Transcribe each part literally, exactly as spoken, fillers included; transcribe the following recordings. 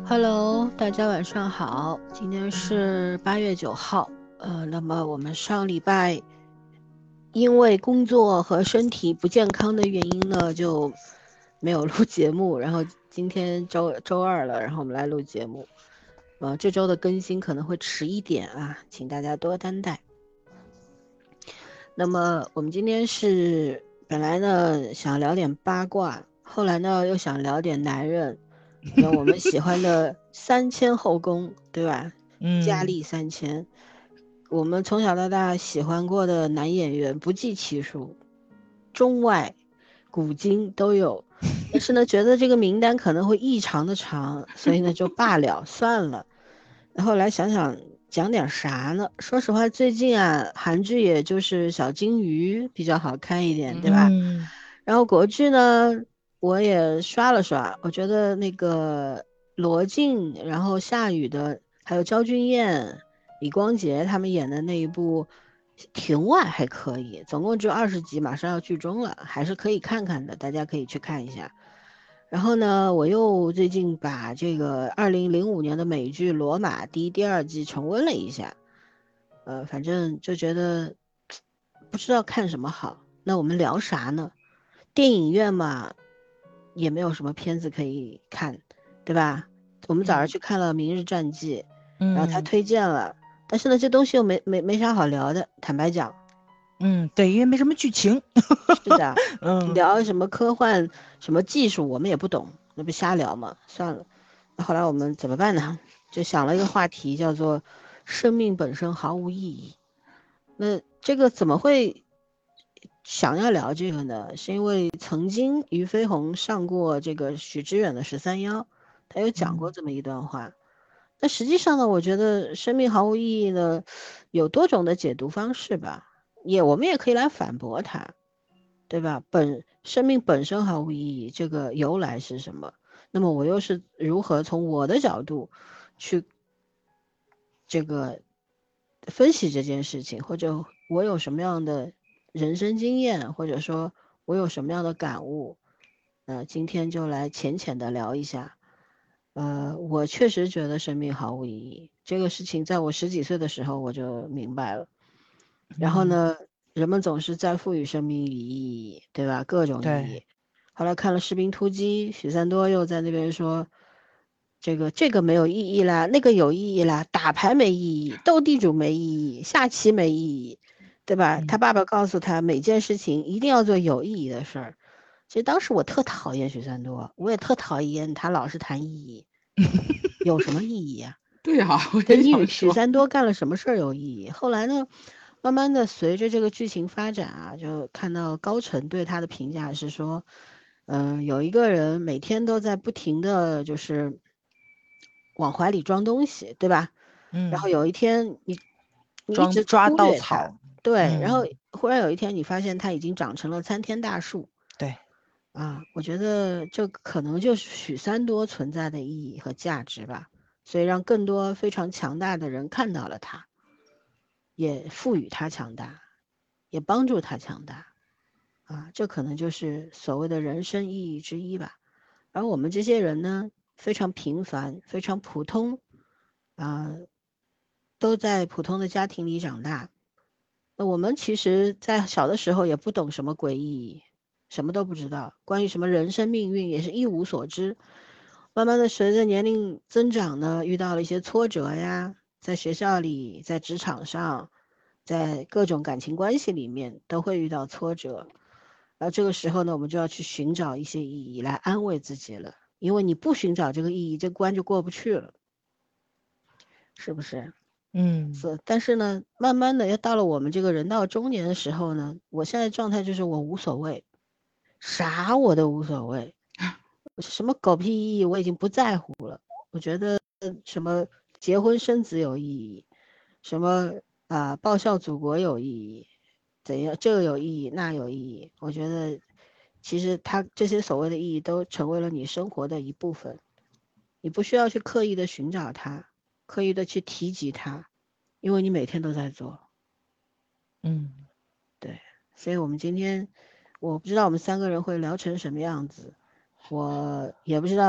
Hello，大家晚上好，今天是八月九号。呃，那么我们上礼拜因为工作和身体不健康的原因呢，就没有录节目。然后今天周周二了，然后我们来录节目。呃，这周的更新可能会迟一点啊，请大家多担待。那么我们今天是本来呢想聊点八卦，后来呢又想聊点男人，那我们喜欢的三千后宫，对吧？佳嗯， 丽三千，我们从小到大喜欢过的男演员不计其数，中外古今都有。但是呢，觉得这个名单可能会异常的长，所以呢就罢了，算了。后来想想讲点啥呢？说实话，最近啊，韩剧也就是小金鱼比较好看一点，对吧？ 嗯， 然后国剧呢，我也刷了刷，我觉得那个罗晋，然后夏雨的，还有焦俊艳、李光洁他们演的那一部《庭外》还可以，总共只有二十集，马上要剧终了，还是可以看看的，大家可以去看一下。然后呢，我又最近把这个二零零五年的美剧《罗马》第一、第二季重温了一下，呃，反正就觉得不知道看什么好。那我们聊啥呢？电影院嘛，也没有什么片子可以看，对吧？我们早上嗯， 去看了《明日战记》，然后他嗯， 推荐了，但是呢，这东西又没没没啥好聊的，坦白讲。 嗯，对，因为没什么剧情。 是的， 嗯， 聊什么科幻、什么技术，我们也不懂，那不瞎聊吗？算了。那后来我们怎么办呢？就想了一个话题，叫做“生命本身毫无意义”。那这个怎么会想要聊这个呢？是因为曾经俞飞鸿上过这个许知远的十三邀，他有讲过嗯， 这么一段话。那实际上呢，我觉得生命毫无意义呢，有多种的解读方式吧，也我们也可以来反驳他。对吧？本生命本身毫无意义，这个由来是什么？那么我又是如何从我的角度去这个分析这件事情，或者我有什么样的人生经验，或者说我有什么样的感悟？呃，今天就来浅浅的聊一下。呃，我确实觉得生命毫无意义，这个事情在我十几岁的时候我就明白了。然后嗯， 呢，人们总是在赋予生命以意义，对吧？各种意对， 义。后来看了《士兵突击》，许三多又在那边说，这个这个没有意义啦，那个有意义啦，打牌没意义，斗地主没意义，下棋没意义，对吧？他嗯， 爸爸告诉他，每件事情一定要做有意义的事儿。其实当时我特讨厌许三多，我也特讨厌他老是谈意义，有什么意义呀？ 对呀，我对也你与许想说。 三多干了什么事儿有意义？后来呢，慢慢的随着这个剧情发展啊，就看到高层对他的评价是说，嗯、有一个人每天都在不停的就是往怀里装东西，对吧？然后嗯， 有一天你你一直装抓忽略他， 稻草。 对，然后嗯， 忽然有一天你发现他已经长成了参天大树对， 啊，我觉得这可能就是许三多存在的意义和价值吧，所以让更多非常强大的人看到了他。也赋予他强大，也帮助他强大啊，这可能就是所谓的人生意义之一吧。而我们这些人呢，非常平凡，非常普通啊，都在普通的家庭里长大。那我们其实，在小的时候也不懂什么鬼意义，什么都不知道，关于什么人生命运也是一无所知。慢慢的，随着年龄增长呢，遇到了一些挫折呀，在学校里，在职场上，在各种感情关系里面都会遇到挫折。然后这个时候呢，我们就要去寻找一些意义来安慰自己了，因为你不寻找这个意义，这关就过不去了，是不是？ 嗯， 是，但是呢，慢慢的要到了我们这个人到中年的时候呢，我现在状态就是我无所谓，啥我都无所谓，什么狗屁意义我已经不在乎了。我觉得什么结婚生子有意义，什么啊、报效祖国有意义，怎样这个有意义那有意义，我觉得其实它这些所谓的意义都成为了你生活的一部分，你不需要去刻意的寻找它，刻意的去提及它，因为你每天都在做。 嗯， 对，所以我们今天我不知道我们三个人会聊成什么样子，我也不知道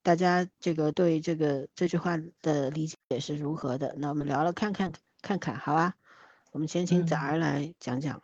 大家这个对这个这句话的理解是如何的？那我们聊了看看看看，好啊。我们先请崽儿来讲讲。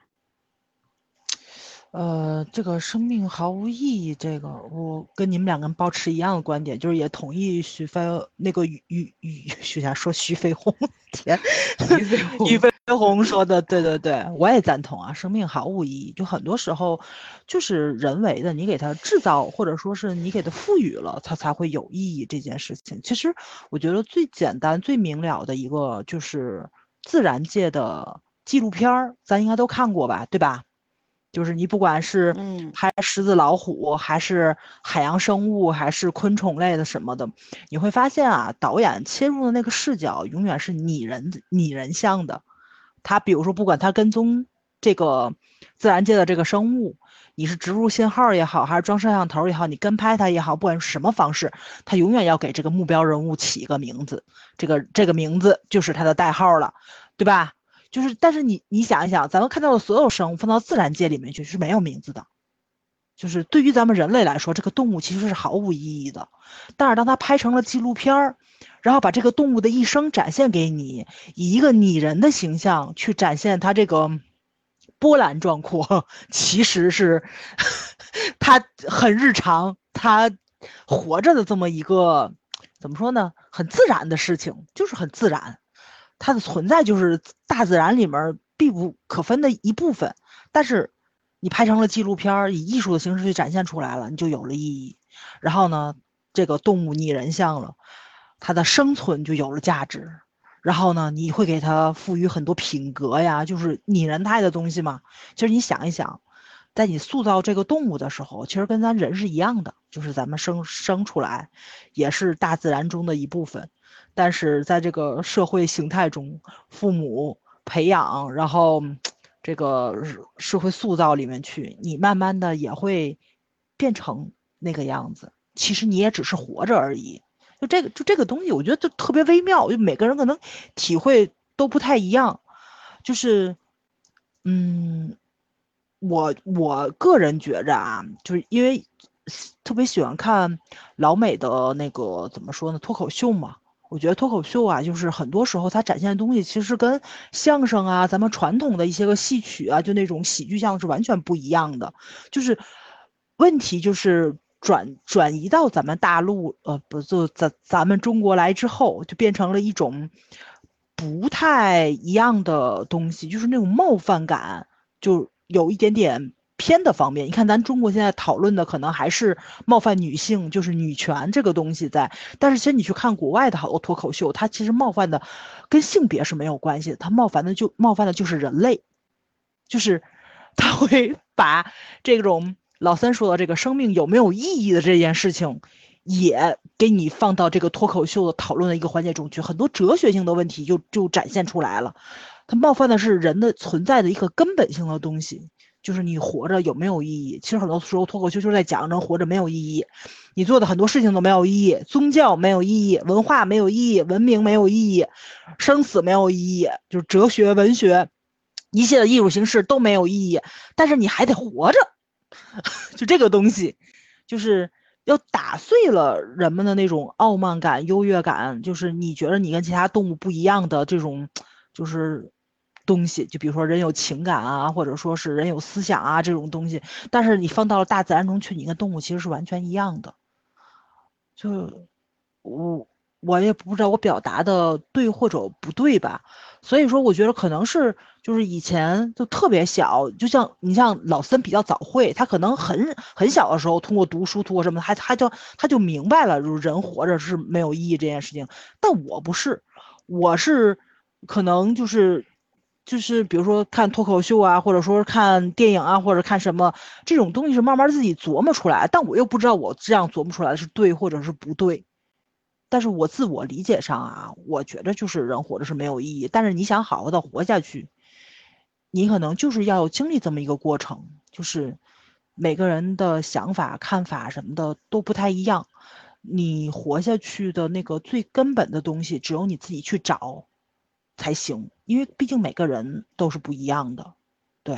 呃，这个生命毫无意义，这个我跟你们两个人保持一样的观点，就是也同意徐飞那个于于于徐霞说徐飞鸿，天， 俞飞鸿俞飞鸿说的，对对对，我也赞同啊，生命毫无意义，就很多时候就是人为的，你给它制造，或者说是你给它赋予了，它才会有意义这件事情。其实我觉得最简单、最明了的一个就是自然界的纪录片儿，咱应该都看过吧，对吧？就是你不管是拍狮子老虎，还是海洋生物，还是昆虫类的什么的，你会发现啊，导演切入的那个视角永远是拟人拟人像的。他比如说，不管他跟踪这个自然界的这个生物，你是植入信号也好，还是装摄像头也好，你跟拍它也好，不管是什么方式，他永远要给这个目标人物起一个名字，这个这个名字就是他的代号了，对吧？就是，但是你你想一想，咱们看到的所有生物放到自然界里面去是没有名字的，就是对于咱们人类来说，这个动物其实是毫无意义的。但是当它拍成了纪录片儿，然后把这个动物的一生展现给你，以一个拟人的形象去展现它这个波澜壮阔，其实是它很日常，它活着的这么一个怎么说呢？很自然的事情，就是很自然。它的存在就是大自然里面必不可分的一部分，但是你拍成了纪录片，以艺术的形式去展现出来了，你就有了意义。然后呢，这个动物拟人像了，它的生存就有了价值。然后呢，你会给它赋予很多品格呀，就是拟人态的东西嘛。其实你想一想，在你塑造这个动物的时候，其实跟咱人是一样的，就是咱们生生出来也是大自然中的一部分。但是在这个社会形态中，父母培养，然后这个社会塑造里面去，你慢慢的也会变成那个样子。其实你也只是活着而已。就这个，就这个东西，我觉得就特别微妙，就每个人可能体会都不太一样。就是，嗯，我我个人觉着啊，就是因为特别喜欢看老美的那个怎么说呢，脱口秀嘛。我觉得脱口秀啊，就是很多时候它展现的东西，其实跟相声啊，咱们传统的一些个戏曲啊，就那种喜剧相是完全不一样的。就是问题就是转转移到咱们大陆，呃，不就咱咱们中国来之后，就变成了一种不太一样的东西，就是那种冒犯感，就有一点点偏的方面。你看咱中国现在讨论的可能还是冒犯女性，就是女权这个东西在。但是其实你去看国外的好多脱口秀，它其实冒犯的跟性别是没有关系的，它冒犯的就冒犯的就是人类，就是他会把这种老三说的这个生命有没有意义的这件事情，也给你放到这个脱口秀的讨论的一个环节中去，很多哲学性的问题就就展现出来了。它冒犯的是人的存在的一个根本性的东西，就是你活着有没有意义。其实很多时候脱口秀就是在讲人活着没有意义，你做的很多事情都没有意义，宗教没有意义，文化没有意义，文明没有意义，生死没有意义，就是哲学、文学一切的艺术形式都没有意义，但是你还得活着。就这个东西，就是要打碎了人们的那种傲慢感、优越感，就是你觉得你跟其他动物不一样的这种，就是东西。就比如说人有情感啊，或者说是人有思想啊这种东西，但是你放到了大自然中去，你跟动物其实是完全一样的。就我我也不知道我表达的对或者不对吧，所以说我觉得可能是就是以前就特别小，就像你像老森比较早会，他可能很很小的时候通过读书通过什么，他他就他就明白了，就是人活着是没有意义这件事情。但我不是，我是可能就是就是比如说看脱口秀啊，或者说看电影啊，或者看什么这种东西是慢慢自己琢磨出来，但我又不知道我这样琢磨出来的是对或者是不对。但是我自我理解上啊，我觉得就是人活着是没有意义。但是你想好好的活下去，你可能就是要经历这么一个过程，就是每个人的想法、看法什么的都不太一样。你活下去的那个最根本的东西，只有你自己去找才行，因为毕竟每个人都是不一样的。对，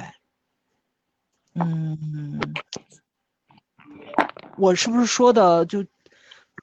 嗯，我是不是说的就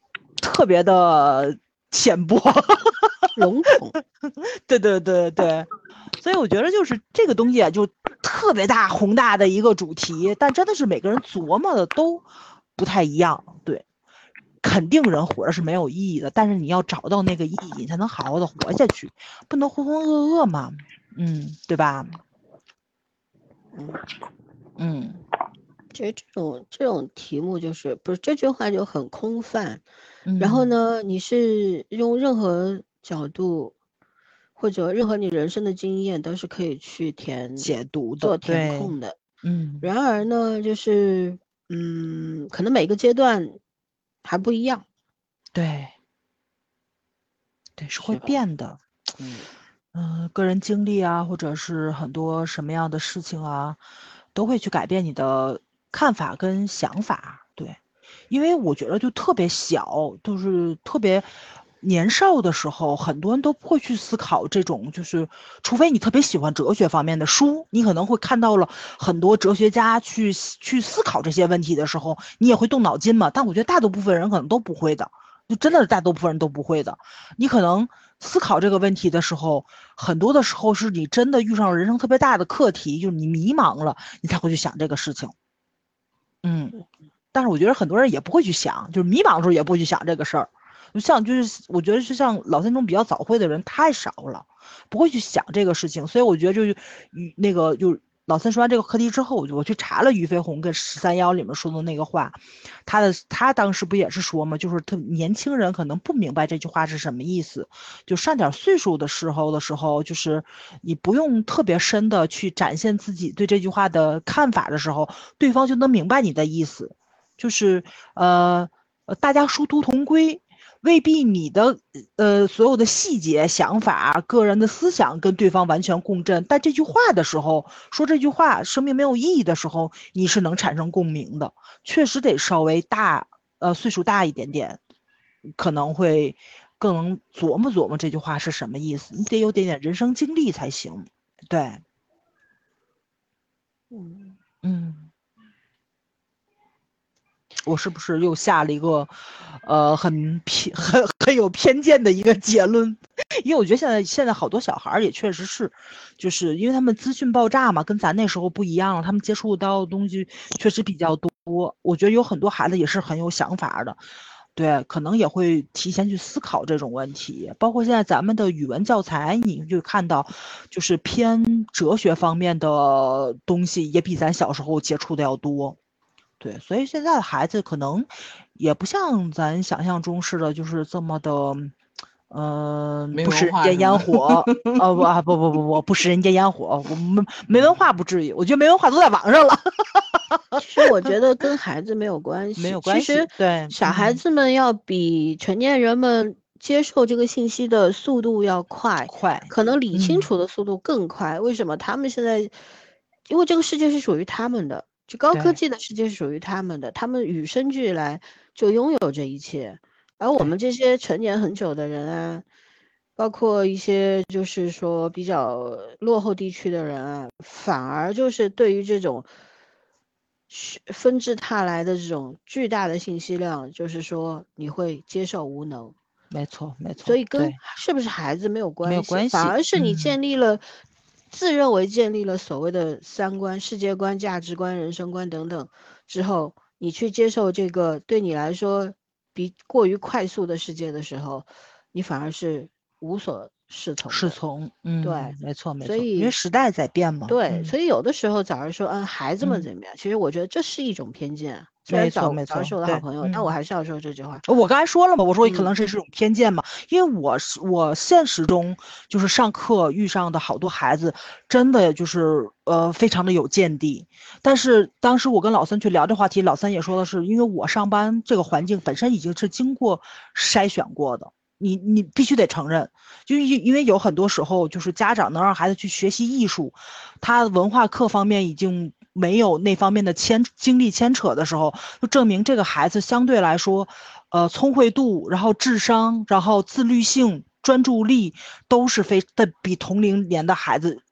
特别的浅薄笼统。 对对对对，所以我觉得就是这个东西啊，就特别大宏大的一个主题，但真的是每个人琢磨的都不太一样。对，肯定人活着是没有意义的，但是你要找到那个意义，你才能好好的活下去，不能浑浑噩噩嘛。嗯，对吧？ 嗯嗯， 其实这种这种题目就是不是这句话就很空泛， 嗯然后呢，你是用任何角度或者任何你人生的经验都是可以去填解读的， 做填对， 空的。 嗯， 然而呢，就是嗯，可能每个阶段还不一样， 对，对，是会是吧？ 变的。 嗯嗯、个人经历啊，或者是很多什么样的事情啊，都会去改变你的看法跟想法。对，因为我觉得就特别小，就是特别年少的时候，很多人都不会去思考这种，就是除非你特别喜欢哲学方面的书，你可能会看到了很多哲学家去去思考这些问题的时候，你也会动脑筋嘛。但我觉得大多部分人可能都不会的，就真的是大多部分人都不会的。你可能思考这个问题的时候，很多的时候是你真的遇上了人生特别大的课题，就是你迷茫了，你才会去想这个事情。嗯，但是我觉得很多人也不会去想，就是迷茫的时候也不会去想这个事儿。就像就是我觉得是像老三中比较早会的人太少了，不会去想这个事情，所以我觉得就是与那个就老三说完这个课题之后，我就我去查了俞飞鸿跟十三幺里面说的那个话，他的他当时不也是说嘛，就是特年轻人可能不明白这句话是什么意思，就上点岁数的时候的时候，就是你不用特别深的去展现自己对这句话的看法的时候，对方就能明白你的意思，就是呃呃大家殊途同归。未必你的呃所有的细节、想法、个人的思想跟对方完全共振，但这句话的时候，说这句话生命没有意义的时候，你是能产生共鸣的。确实得稍微大，呃，岁数大一点点，可能会更能琢磨琢磨这句话是什么意思。你得有点点人生经历才行。对， 嗯。 嗯。我是不是又下了一个，呃，很偏、很很有偏见的一个结论？因为我觉得现在现在好多小孩儿也确实是，就是因为他们资讯爆炸嘛，跟咱那时候不一样了，他们接触到的东西确实比较多。我觉得有很多孩子也是很有想法的，对，可能也会提前去思考这种问题。包括现在咱们的语文教材，你就看到，就是偏哲学方面的东西，也比咱小时候接触的要多。对，所以现在的孩子可能也不像咱想象中似的，就是这么的，嗯、 没文不食人间化是吗？ 烟火。呃，不啊，不不不不，不食人间烟火，我们没文化不至于，我觉得没文化都在网上了。 其实我觉得跟孩子没有关系， 没有关系。 其实对， 小孩嗯子们要比成年人们接受这个信息的速度要快， 快， 可能理清嗯， 楚的速度更快。为什么？他们现在，因为这个世界是属于他们的，就高科对技的世界是属于他们的，他们与生俱来就拥有这一切，而我对， 们这些成年很久的人啊。包括一些就是说比较落后地区的人啊，反而就是对于这种虚纷至沓来的这种巨大的信息量，就是说你会接受无能， 没错没错， 所以跟对， 是不是孩子没有没有关系， 关系。 反而是你嗯， 建立了，自认为建立了所谓的三观、世界观、价值观、人生观等等之后，你去接受这个对你来说比过于快速的世界的时候，你反而是无所适从的。 是从， 对， 嗯，没错没错，因为所以时代在变嘛。 对， 嗯所以有的时候早上说，嗯，孩子们嗯， 怎么样？其实我觉得这是一种偏见。虽然没错早早没错，对， 是我的好朋友，但我嗯。 还是要说这句话。 我刚才说了嘛，我说可嗯能是这种偏见嘛，因为我是我现实中就是上课遇上的好多孩子，真的就是呃非常的有见地。但是当时我跟老三去聊这话题，老三也说的是，因为我上班这个环境本身已经是经过筛选过的，你你必须得承认，就因因为有很多时候就是家长能让孩子去学习艺术，他文化课方面已经没有那方面的牵经历牵扯的时候，就证明这个孩子相对来说，呃，聪慧度，然后智商，然后自律性、专注力都是非的比同龄年的孩子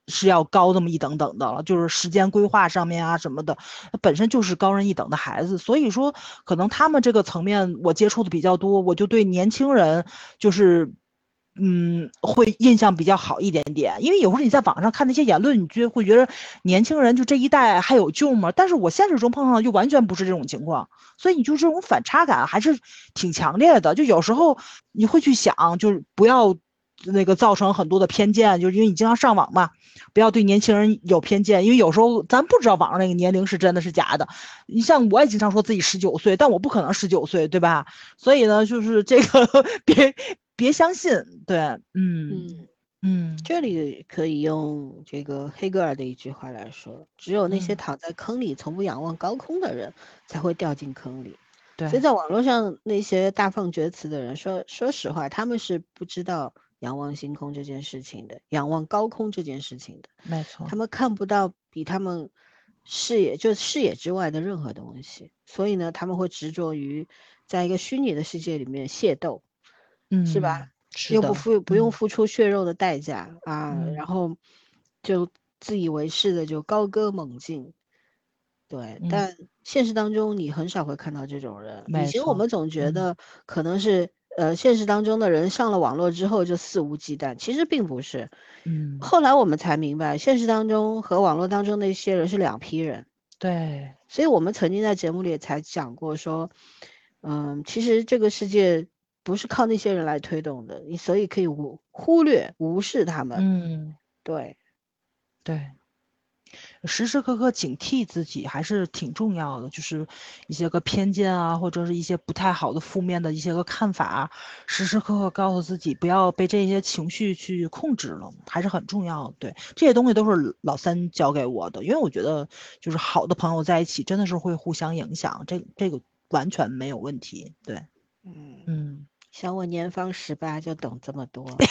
是要高那么一等等的了，就是时间规划上面啊什么的，本身就是高人一等的孩子，所以说可能他们这个层面我接触的比较多，我就对年轻人就是。嗯，会印象比较好一点点，因为有时候你在网上看那些言论，你觉会觉得年轻人就这一代还有救吗？但是我现实中碰上的就完全不是这种情况，所以你就这种反差感还是挺强烈的。就有时候你会去想，就是不要那个造成很多的偏见，就是因为你经常上网嘛，不要对年轻人有偏见，因为有时候咱不知道网上那个年龄是真的是假的。你像我也经常说自己十九岁，但我不可能十九岁，对吧？所以呢，就是这个别别相信，对，嗯嗯， 嗯， 这里可以用这个黑格尔的一句话来说：只有那些嗯躺在坑里从不仰望高空的人，才会掉进坑里。所以对， 在网络上那些大放厥词的人，说说实话，他们是不知道仰望星空这件事情的，仰望高空这件事情的。 没错， 他们看不到比他们视野就视野之外的任何东西，所以呢，他们会执着于在一个虚拟的世界里面械斗，是吧？ 嗯，是又不的， 付不用嗯付出血肉的代价啊，然嗯后就自以为是的就高歌猛进，对。 嗯， 但现实当中你很少会看到这种人。以没错， 前我们总觉嗯得可能是呃现实当中的人上了网络之后就肆无忌惮，其实并不是。 嗯， 后来我们才明白，现实当中和网络当中那些人是两批人。 对， 所以我们曾经在节目里也才讲过说，嗯，其实这个世界不是靠那些人来推动的，你所以可以忽忽略、无视他们。 嗯对， 对。时时刻刻警惕自己还是挺重要的，就是一些个偏见啊，或者是一些不太好的负面的一些个看法，时时刻刻告诉自己不要被这些情绪去控制了，还是很重要的。对，这些东西都是老三教给我的，因为我觉得就是好的朋友在一起真的是会互相影响，这这个完全没有问题。对， 嗯， 嗯， 想我年方十八就懂这么多，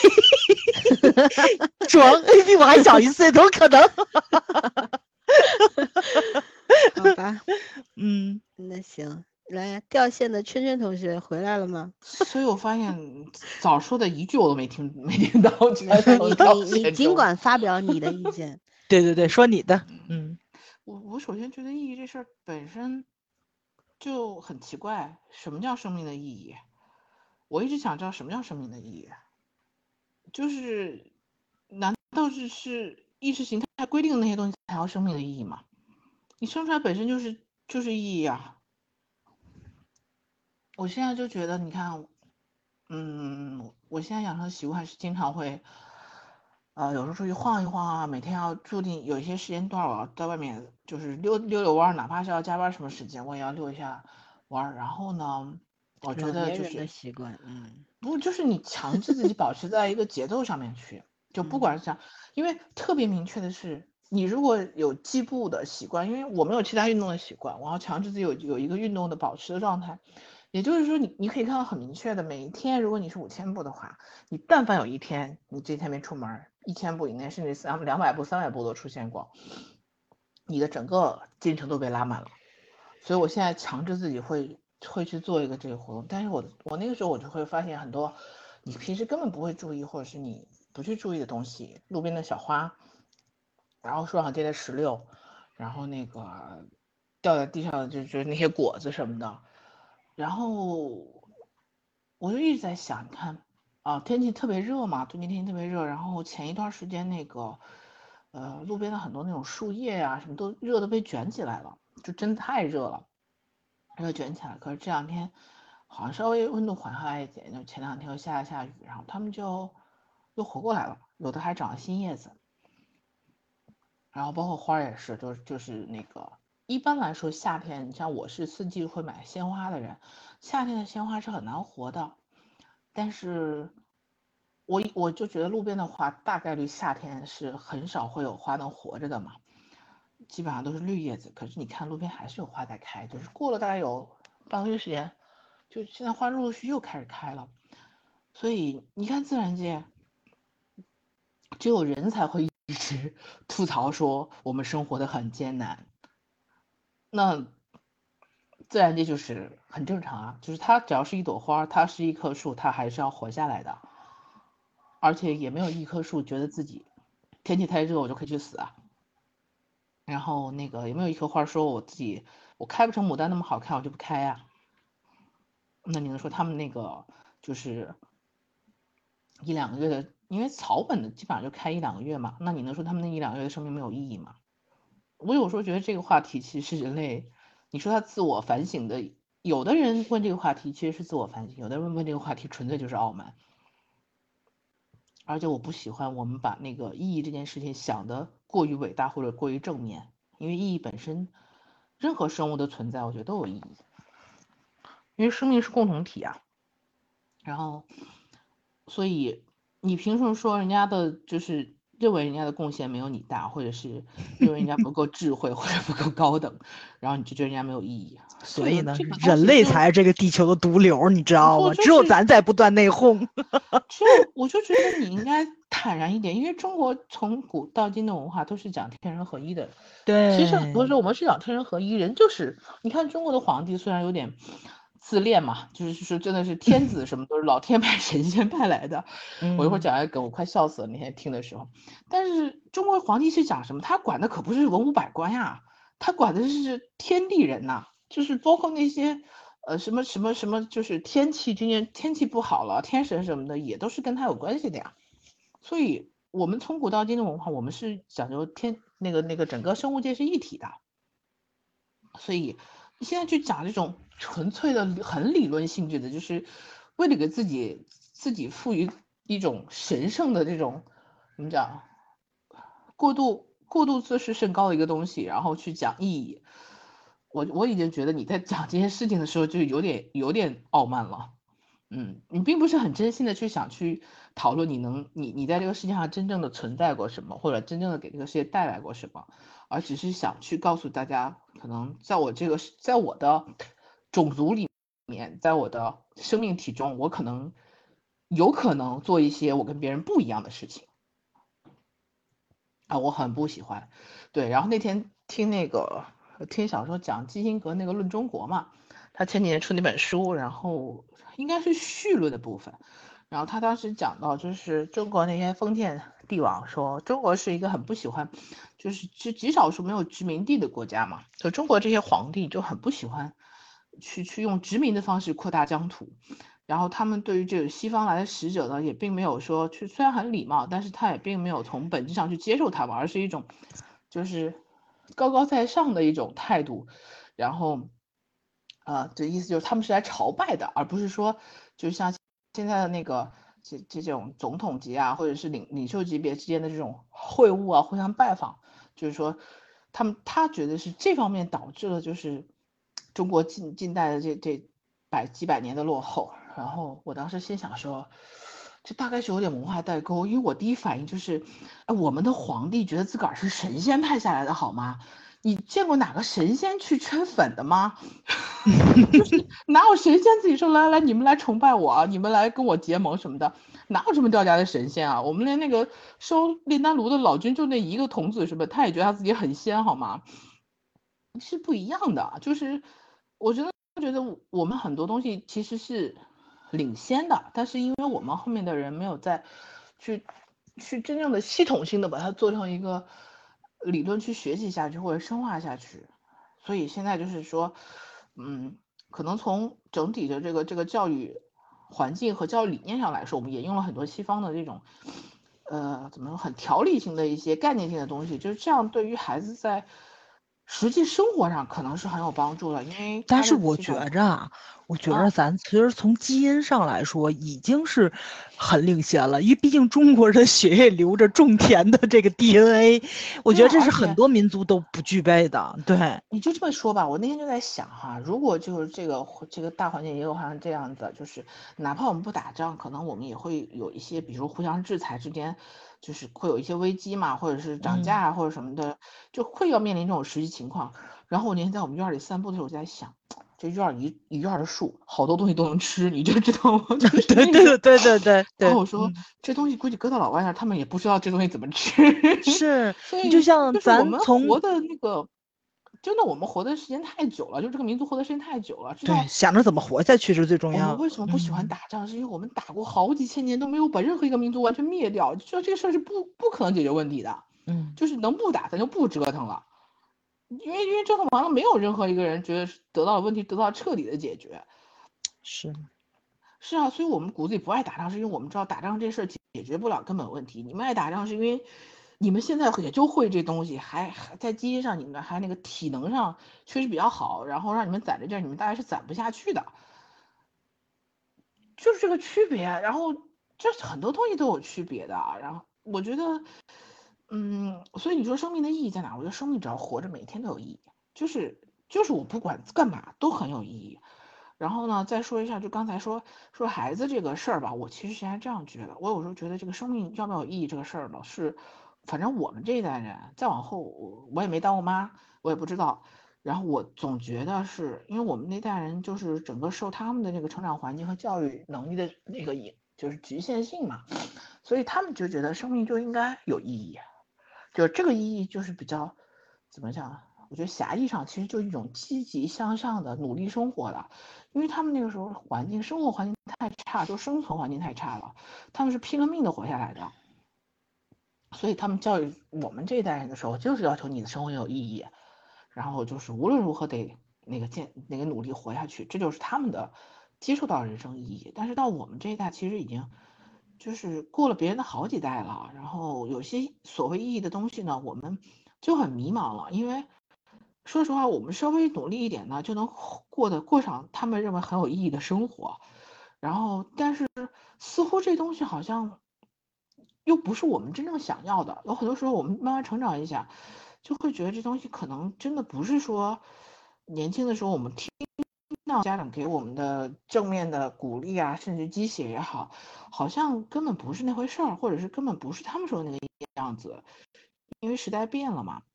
装比我还小一岁，怎么可能？ 好吧， 嗯， 那行，来掉线的圈圈同学回来了吗？ 所以我发现早说的一句我都没听没听到，全没事，你都掉你你线中。 尽管发表你的意见。 对对对，说你的，嗯我我首先觉得意义这事儿本身就很奇怪，什么叫生命的意义？我一直想知道什么叫生命的意义，就是难道是是意识形态规定的那些东西才有生命的意义吗？你生出来本身就是就是意义啊！我现在就觉得，你看，嗯，我现在养成的习惯是经常会，呃，有时候出去晃一晃啊，每天要注定有一些时间段我要在外面就是溜溜溜弯儿，哪怕是要加班什么时间，我也要溜一下弯儿。然后呢，我觉老年人的得就是习惯，嗯不就是你强制自己保持在一个节奏上面去，就不管是这样，因为特别明确的是，你如果有计步的习惯，因为我没有其他运动的习惯，我要强制自己有有一个运动的保持的状态。也就是说你，你可以看到很明确的，每一天，如果你是五千步的话，你但凡有一天你这天没出门，一千步以内，甚至三两百步、三百步都出现过，你的整个进程都被拉满了。所以我现在强制自己会会去做一个这个活动，但是我我那个时候我就会发现很多你平时根本不会注意，或者是你不去注意的东西，路边的小花，然后树上结的石榴，然后那个掉在地上的就就是那些果子什么的。然后我就一直在想，你看啊，天气特别热嘛，最近天气特别热，然后前一段时间那个，呃，路边的很多那种树叶呀、什么都热的被卷起来了，就真太热了，热卷起来。可是这两天好像稍微温度缓下来一点，就前两天又下了下雨，然后它们就又活过来了，有的还长了新叶子。然后包括花也是，就是就是那个，一般来说夏天，你像我是四季会买鲜花的人，夏天的鲜花是很难活的，但是我我就觉得路边的花大概率夏天是很少会有花能活着的嘛，基本上都是绿叶子。可是你看路边还是有花在开，就是过了大概有半个月时间，就现在花陆陆续续又开始开了。所以你看自然界，只有人才会一直吐槽说我们生活的很艰难，那自然界就是很正常啊，就是它只要是一朵花，它是一棵树，它还是要活下来的，而且也没有一棵树觉得自己天气太热我就可以去死啊。然后那个有没有一棵花说我自己我开不成牡丹那么好看我就不开呀、啊？那你能说他们那个就是一两个月的，因为草本的基本上就开一两个月嘛，那你能说他们那一两个月的生命没有意义吗？我有时候觉得这个话题其实是人类，你说他自我反省的，有的人问这个话题其实是自我反省，有的人问这个话题纯粹就是傲慢。而且我不喜欢我们把那个意义这件事情想得过于伟大或者过于正面，因为意义本身，任何生物的存在我觉得都有意义，因为生命是共同体啊。然后所以你凭什么说人家的就是认为人家的贡献没有你大，或者是认为人家不够智慧或者不够高等，然后你就觉得人家没有意义？ 所以呢，人类才是这个地球的毒瘤，你知道吗？ 就是、 只有咱在不断内讧。 就我就觉得你应该坦然一点，因为中国从古到今的文化都是讲天人合一的。 对， 其实很多时候我们是讲天人合一，人就是你看中国的皇帝虽然有点自恋嘛，就是说真的是天子什么都是老天派神仙派来的。 嗯、 我一会儿讲一个梗，我快笑死了那天听的时候。但是中国皇帝是讲什么？他管的可不是文武百官呀，他管的是天地人呐、啊，就是包括那些。呃，什么什么什么，就是天气今年天气不好了，天神什么的也都是跟他有关系的呀。所以，我们从古到今的文化，我们是讲究天那个那个整个生物界是一体的。所以，你现在去讲这种纯粹的很理论性质的，就是为了给自己自己赋予一种神圣的这种怎么讲，过度过度自视甚高的一个东西，然后去讲意义。我我已经觉得你在讲这件事情的时候就有点有点傲慢了，嗯，你并不是很真心的去想去讨论你能你你在这个世界上真正的存在过什么，或者真正的给这个世界带来过什么，而只是想去告诉大家，可能在我这个在我的种族里面，在我的生命体中，我可能有可能做一些我跟别人不一样的事情啊，我很不喜欢。对，然后那天听那个。听小说讲基辛格那个《论中国》嘛，他前几年出那本书，然后应该是序论的部分，然后他当时讲到，就是中国那些封建帝王说，中国是一个很不喜欢，就是极极少数没有殖民地的国家嘛，就中国这些皇帝就很不喜欢去去用殖民的方式扩大疆土，然后他们对于这个西方来的使者呢，也并没有说去，虽然很礼貌，但是他也并没有从本质上去接受他们，而是一种就是高高在上的一种态度，然后，呃，这意思就是他们是来朝拜的，而不是说，就像现在的那个这这种总统级啊，或者是领领袖级别之间的这种会晤啊，互相拜访，就是说，他们他觉得是这方面导致了就是中国近近代的这这百几百年的落后。然后我当时心想说。这大概是有点文化代沟，因为我第一反应就是，哎，我们的皇帝觉得自个儿是神仙派下来的好吗？你见过哪个神仙去圈粉的吗？就是哪有神仙自己说来来，你们来崇拜我啊，你们来跟我结盟什么的，哪有这么掉价的神仙啊？我们连那个收炼丹炉的老君就那一个童子什么，他也觉得他自己很仙好吗？是不一样的，就是我觉得觉得我们很多东西其实是。领先的，但是因为我们后面的人没有再去去真正的系统性的把它做成一个理论去学习下去或者深化下去，所以现在就是说，嗯，可能从整体的这个这个教育环境和教育理念上来说，我们也用了很多西方的这种呃怎么说很条理性的一些概念性的东西，就是这样对于孩子在实际生活上可能是很有帮助的，因为但是我觉着啊，我觉着咱其实从基因上来说已经是很领先了，因为毕竟中国人血液流着种田的这个 D N A， 我觉得这是很多民族都不具备的。对， 你就这么说吧，我那天就在想哈，如果就是这个这个大环境也有像这样子，就是哪怕我们不打仗，可能我们也会有一些，比如互相制裁之间。就是会有一些危机嘛，或者是涨价啊，或者什么的，就会要面临这种实际情况。然后我那天在我们院里散步的时候，我在想，这院一一院的树，好多东西都能吃，你就知道吗？就是对对对对对。 然后我说，这东西估计搁到老外那儿，他们也不知道这东西怎么吃。 是， 所以就像咱我们从活的那个真的我们活的时间太久了，就这个民族活的时间太久了，知道对，想着怎么活下去是最重我要的。 们为什么不喜欢嗯打仗，是因为我们打过好几千年都没有把任何一个民族完全灭掉，就知道这个事儿是不不可能解决问题的， 嗯， 就是能不打咱就不折腾了，因为因为折腾完了，没有任何一个人觉得是得到了问题得到彻底的解决。 是是啊，所以我们骨子里不爱打仗，是因为我们知道打仗这事儿解解决不了根本问题。你们爱打仗是因为你们现在也就会这东西，还还在基因上你们还那个体能上确实比较好，然后让你们攒着劲儿，你们大概是攒不下去的，就是这个区别。然后就是很多东西都有区别的，然后我觉得，嗯，所以你说生命的意义在哪？我觉得生命只要活着，每天都有意义，就是就是我不管干嘛都很有意义。然后呢，再说一下，就刚才说说孩子这个事儿吧，我其实现在这样觉得，我有时候觉得这个生命要不要有意义这个事儿呢，是，反正我们这一代人再往后，我我也没当过妈，我也不知道。然后我总觉得是因为我们那代人就是整个受他们的那个成长环境和教育能力的那个影，就是局限性嘛，所以他们就觉得生命就应该有意义，就这个意义就是比较怎么讲？我觉得狭义上其实就是一种积极向上的努力生活的，因为他们那个时候环境生活环境太差，就生存环境太差了，他们是拼了命的活下来的，所以他们教育我们这一代人的时候，就是要求你的生活有意义，然后就是无论如何得那个建那个努力活下去，这就是他们的接受到人生意义。但是到我们这一代，其实已经就是过了别人的好几代了，然后有些所谓意义的东西呢，我们就很迷茫了，因为说实话，我们稍微努力一点呢，就能过得过上他们认为很有意义的生活。然后，但是似乎这东西好像又不是我们真正想要的。有很多时候，我们慢慢成长一下，就会觉得这东西可能真的不是说年轻的时候我们听到家长给我们的正面的鼓励啊，甚至鸡血也好，好像根本不是那回事儿，或者是根本不是他们说的那个样子，因为时代变了嘛。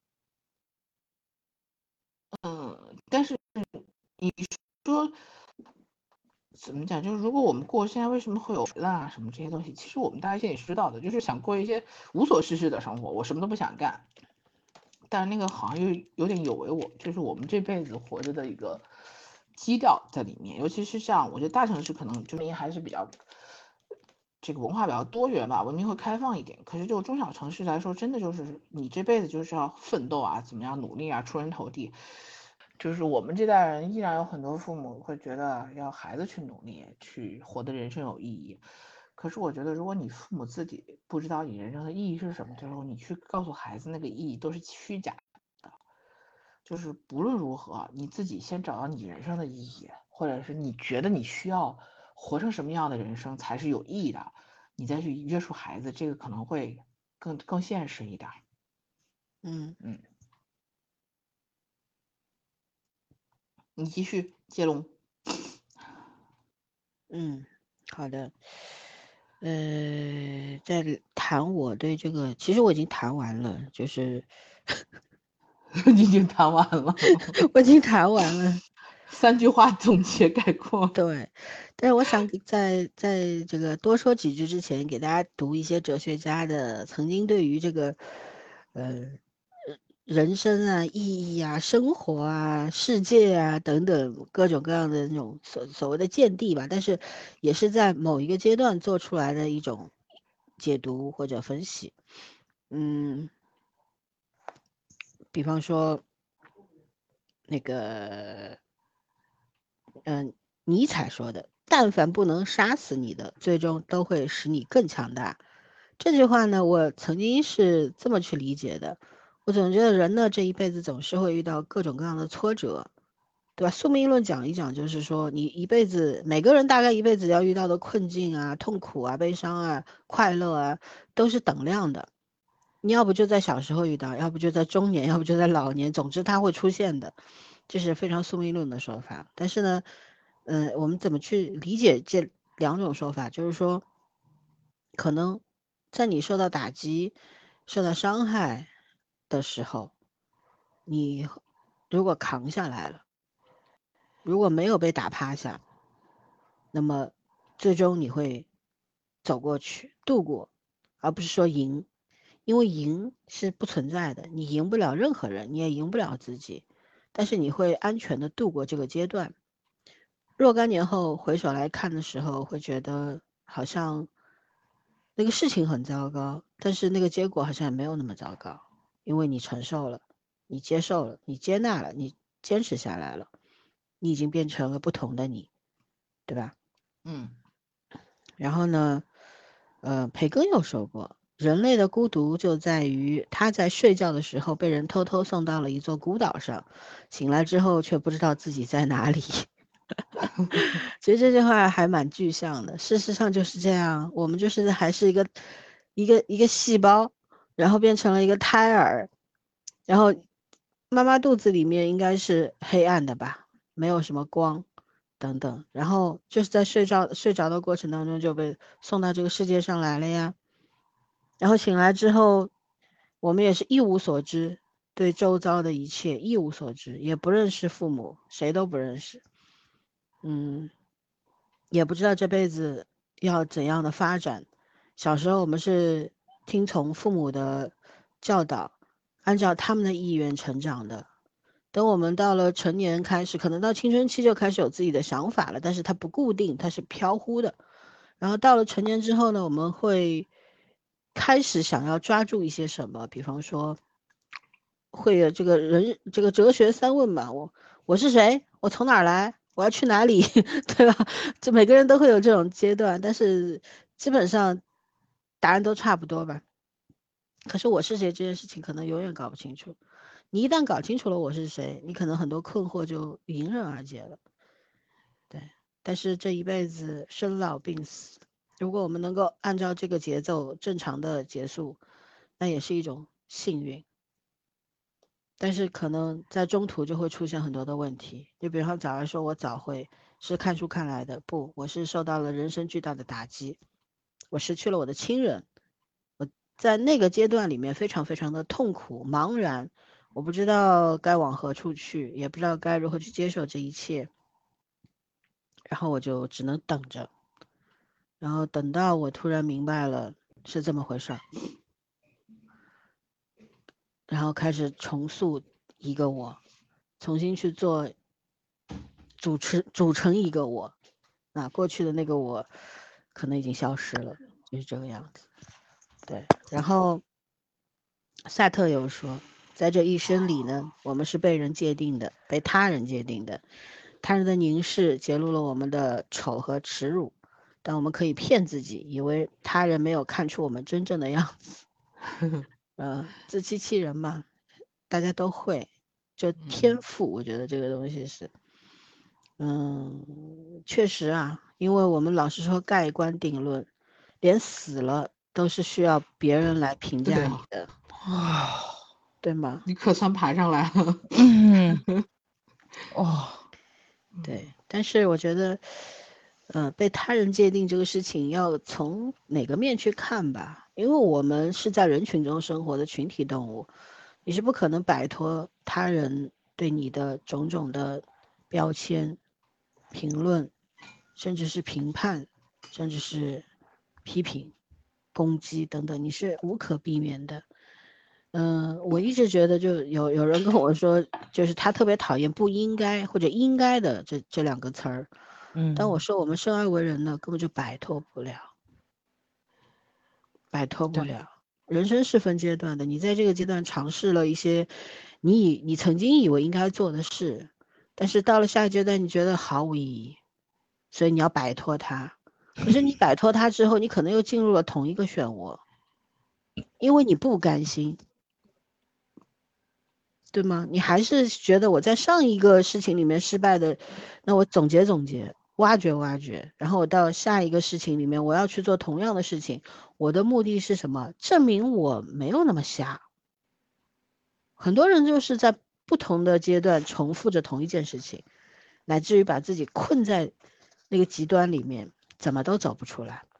嗯，但是你说怎么讲？就是如果我们过现在为什么会有啦什么这些东西，其实我们大家现在也是知道的，就是想过一些无所事事的生活，我什么都不想干。但是那个好像又有点有违我，就是我们这辈子活着的一个基调在里面。尤其是像我觉得大城市可能就还是比较这个文化比较多元吧，文明会开放一点。可是就中小城市来说，真的就是你这辈子就是要奋斗啊，怎么样努力啊，出人头地。就是我们这代人依然有很多父母会觉得要孩子去努力，去活得人生有意义。可是我觉得，如果你父母自己不知道你人生的意义是什么，就是你去告诉孩子那个意义都是虚假的。就是不论如何，你自己先找到你人生的意义，或者是你觉得你需要活成什么样的人生才是有意义的，你再去约束孩子，这个可能会更更现实一点。 嗯嗯，你继续接龙。 嗯，好的。呃，在谈我对这个，其实我已经谈完了，就是你已经谈完了， 我已经谈完了， 三句话总结概括。 对。但是我想给在在这个多说几句之前，给大家读一些哲学家的曾经对于这个，呃，人生啊、意义啊、生活啊、世界啊等等各种各样的那种所所谓的见地吧，但是也是在某一个阶段做出来的一种解读或者分析。嗯，比方说那个，嗯、尼采说的，但凡不能杀死你的，最终都会使你更强大。这句话呢，我曾经是这么去理解的。我总觉得人呢，这一辈子总是会遇到各种各样的挫折，对吧？宿命论讲一讲，就是说你一辈子，每个人大概一辈子要遇到的困境啊、痛苦啊、悲伤啊、快乐啊，都是等量的。你要不就在小时候遇到，要不就在中年，要不就在老年，总之它会出现的，这是非常宿命论的说法。但是呢，嗯、我们怎么去理解这两种说法？就是说，可能在你受到打击、受到伤害的时候，你如果扛下来了，如果没有被打趴下，那么最终你会走过去、度过，而不是说赢。 因为赢是不存在的，你赢不了任何人，你也赢不了自己，但是你会安全的度过这个阶段。若干年后回首来看的时候，会觉得好像那个事情很糟糕，但是那个结果好像也没有那么糟糕，因为你承受了，你接受了，你接纳了，你坚持下来了，你已经变成了不同的你，对吧？ 嗯。 然后呢，呃，培根又说过，人类的孤独就在于他在睡觉的时候被人偷偷送到了一座孤岛上，醒来之后却不知道自己在哪里。其实这句话还蛮具象的，事实上就是这样，我们就是还是一个一个一个细胞，然后变成了一个胎儿，然后妈妈肚子里面应该是黑暗的吧，没有什么光等等，然后就是在睡着睡着的过程当中就被送到这个世界上来了呀，然后醒来之后，我们也是一无所知，对周遭的一切一无所知，也不认识父母，谁都不认识。嗯，也不知道这辈子要怎样的发展。小时候我们是听从父母的教导，按照他们的意愿成长的。等我们到了成年开始，可能到青春期就开始有自己的想法了，但是它不固定，它是飘忽的。然后到了成年之后呢，我们会开始想要抓住一些什么，比方说会有这个人这个哲学三问嘛，我我是谁？我从哪儿来？我要去哪里？对吧？就每个人都会有这种阶段，但是基本上答案都差不多吧。可是我是谁这件事情可能永远搞不清楚。你一旦搞清楚了我是谁，你可能很多困惑就迎刃而解了。对，但是这一辈子生老病死，如果我们能够按照这个节奏正常的结束，那也是一种幸运。但是可能在中途就会出现很多的问题，就比方早上说我早会是看书看来的，不，我是受到了人生巨大的打击，我失去了我的亲人，我在那个阶段里面非常非常的痛苦茫然，我不知道该往何处去，也不知道该如何去接受这一切，然后我就只能等着，然后等到我突然明白了是这么回事儿，然后开始重塑一个我，重新去做主持组成一个我，那过去的那个我可能已经消失了，就是这个样子。对，然后萨特有说，在这一生里呢，我们是被人界定的，被他人界定的，他人的凝视揭露了我们的丑和耻辱，但我们可以骗自己，以为他人没有看出我们真正的样子。呃，自欺欺人嘛，大家都会，就天赋，我觉得这个东西是，嗯，确实啊，因为我们老是说盖棺定论，连死了都是需要别人来评价你的， 啊， 对吗？ 你可算爬上来了。 嗯，哦， 对，但是我觉得，呃，被他人界定这个事情要从哪个面去看吧，因为我们是在人群中生活的群体动物，你是不可能摆脱他人对你的种种的标签、评论，甚至是评判，甚至是批评、攻击等等，你是无可避免的。嗯，我一直觉得就有有人跟我说，就是他特别讨厌不应该或者应该的这这两个词儿。 嗯， 但我说我们生而为人呢，根本就摆脱不了，摆脱不了。人生是分阶段的，你在这个阶段尝试了一些你以你曾经以为应该做的事，但是到了下一阶段，你觉得毫无意义，所以你要摆脱它。可是你摆脱它之后，你可能又进入了同一个漩涡，因为你不甘心。对吗？你还是觉得我在上一个事情里面失败的，那我总结总结，挖掘挖掘，然后我到下一个事情里面，我要去做同样的事情，我的目的是什么？证明我没有那么瞎。很多人就是在不同的阶段重复着同一件事情，乃至于把自己困在那个极端里面，怎么都走不出来。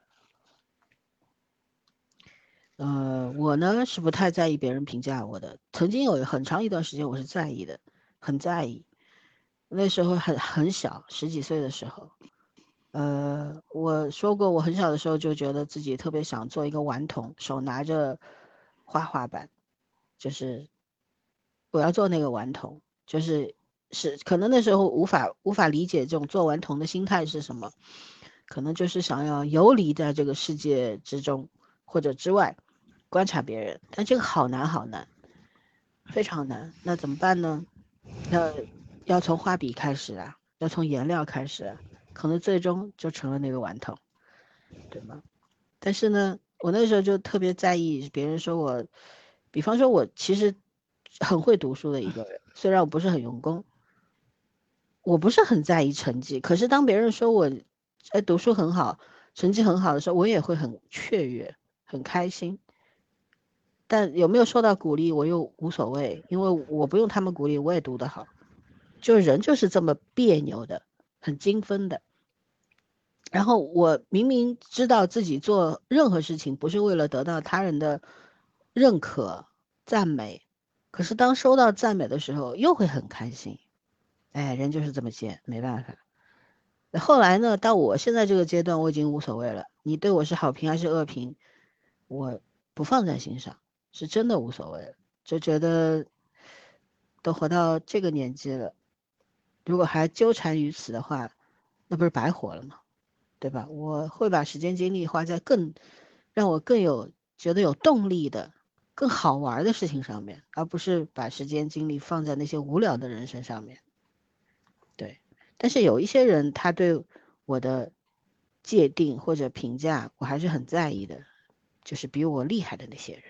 呃，我呢是不太在意别人评价我的，曾经有很长一段时间我是在意的，很在意。那时候很很小，十几岁的时候，呃，我说过我很小的时候就觉得自己特别想做一个顽童，手拿着花花版，就是我要做那个顽童，就是是可能那时候无法无法理解这种做顽童的心态是什么，可能就是想要游离在这个世界之中或者之外观察别人，但这个好难好难，非常难。那怎么办呢？那要从画笔开始啊，要从颜料开始啊，可能最终就成了那个顽童，对吗？但是呢，我那时候就特别在意别人说我，比方说我其实很会读书的一个人，虽然我不是很用功，我不是很在意成绩，可是当别人说我哎读书很好，成绩很好的时候，我也会很雀跃，很开心。但有没有受到鼓励，我又无所谓，因为我不用他们鼓励，我也读得好。就是人就是这么别扭的，很精分的。然后我明明知道自己做任何事情不是为了得到他人的认可、赞美，可是当收到赞美的时候，又会很开心。哎，人就是这么贱，没办法。后来呢，到我现在这个阶段，我已经无所谓了。你对我是好评还是恶评，我不放在心上，是真的无所谓了。就觉得都活到这个年纪了，如果还纠缠于此的话，那不是白活了吗？对吧？我会把时间精力花在更让我更有觉得有动力的、更好玩的事情上面，而不是把时间精力放在那些无聊的人身上面。对，但是有一些人他对我的界定或者评价，我还是很在意的，就是比我厉害的那些人。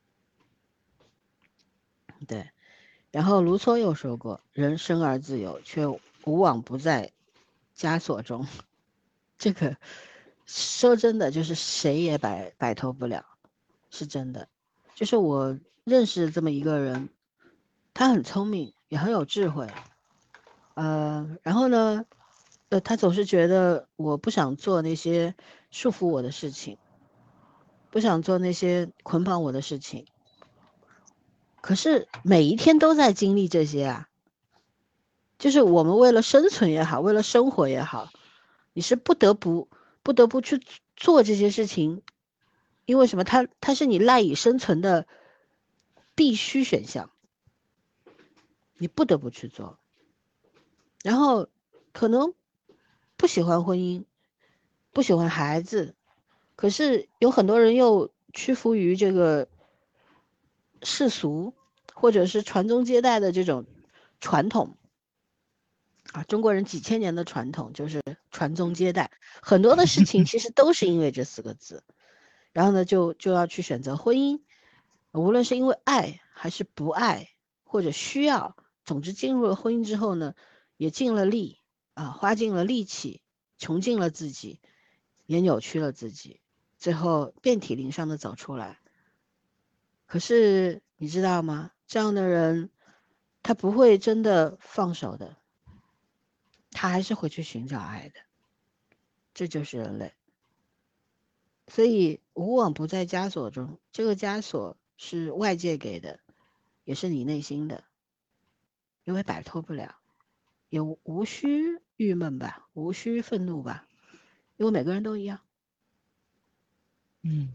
对，然后卢梭又说过：“人生而自由，却无往不在枷锁中。”这个说真的，就是谁也摆摆脱不了，是真的。就是我认识这么一个人，他很聪明，也很有智慧，呃，然后呢，呃，他总是觉得我不想做那些束缚我的事情，不想做那些捆绑我的事情。可是每一天都在经历这些啊，就是我们为了生存也好，为了生活也好，你是不得不不得不去做这些事情，因为什么？它它是你赖以生存的必须选项，你不得不去做。然后可能不喜欢婚姻，不喜欢孩子，可是有很多人又屈服于这个世俗或者是传宗接代的这种传统啊，中国人几千年的传统就是传宗接代，很多的事情其实都是因为这四个字，然后呢就就要去选择婚姻，无论是因为爱还是不爱或者需要，总之进入了婚姻之后呢，也尽了力啊，花尽了力气，穷尽了自己，也扭曲了自己，最后遍体鳞伤的走出来。可是你知道吗？这样的人，他不会真的放手的，他还是会去寻找爱的。这就是人类。所以无往不在枷锁中，这个枷锁是外界给的，也是你内心的，因为摆脱不了，也无需郁闷吧，无需愤怒吧，因为每个人都一样。 嗯，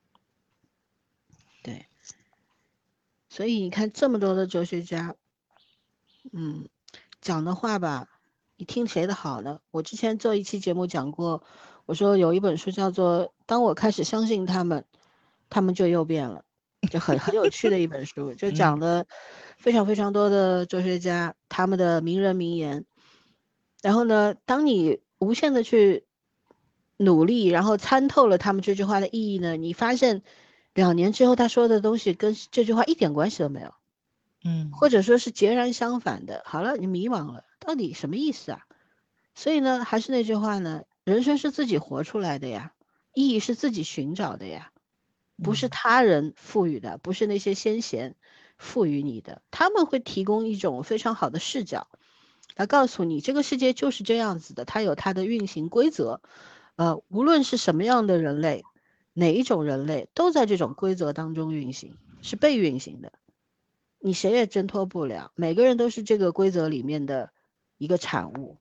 对。所以你看这么多的哲学家，嗯，讲的话吧，你听谁的好呢？我之前做一期节目讲过，我说有一本书叫做《当我开始相信他们，他们就又变了》，就很很有趣的一本书，就讲的非常非常多的哲学家他们的名人名言。然后呢，当你无限的去努力，然后参透了他们这句话的意义呢，你发现两年之后他说的东西跟这句话一点关系都没有。 嗯， 或者说是截然相反的。好了，你迷茫了，到底什么意思啊？所以呢，还是那句话呢，人生是自己活出来的呀，意义是自己寻找的呀，不是他人赋予的，不是那些先贤赋予你的，他们会提供一种非常好的视角，来告诉你这个世界就是这样子的，它有它的运行规则，呃，无论是什么样的人类，哪一种人类都在这种规则当中运行，是被运行的。你谁也挣脱不了，每个人都是这个规则里面的一个产物。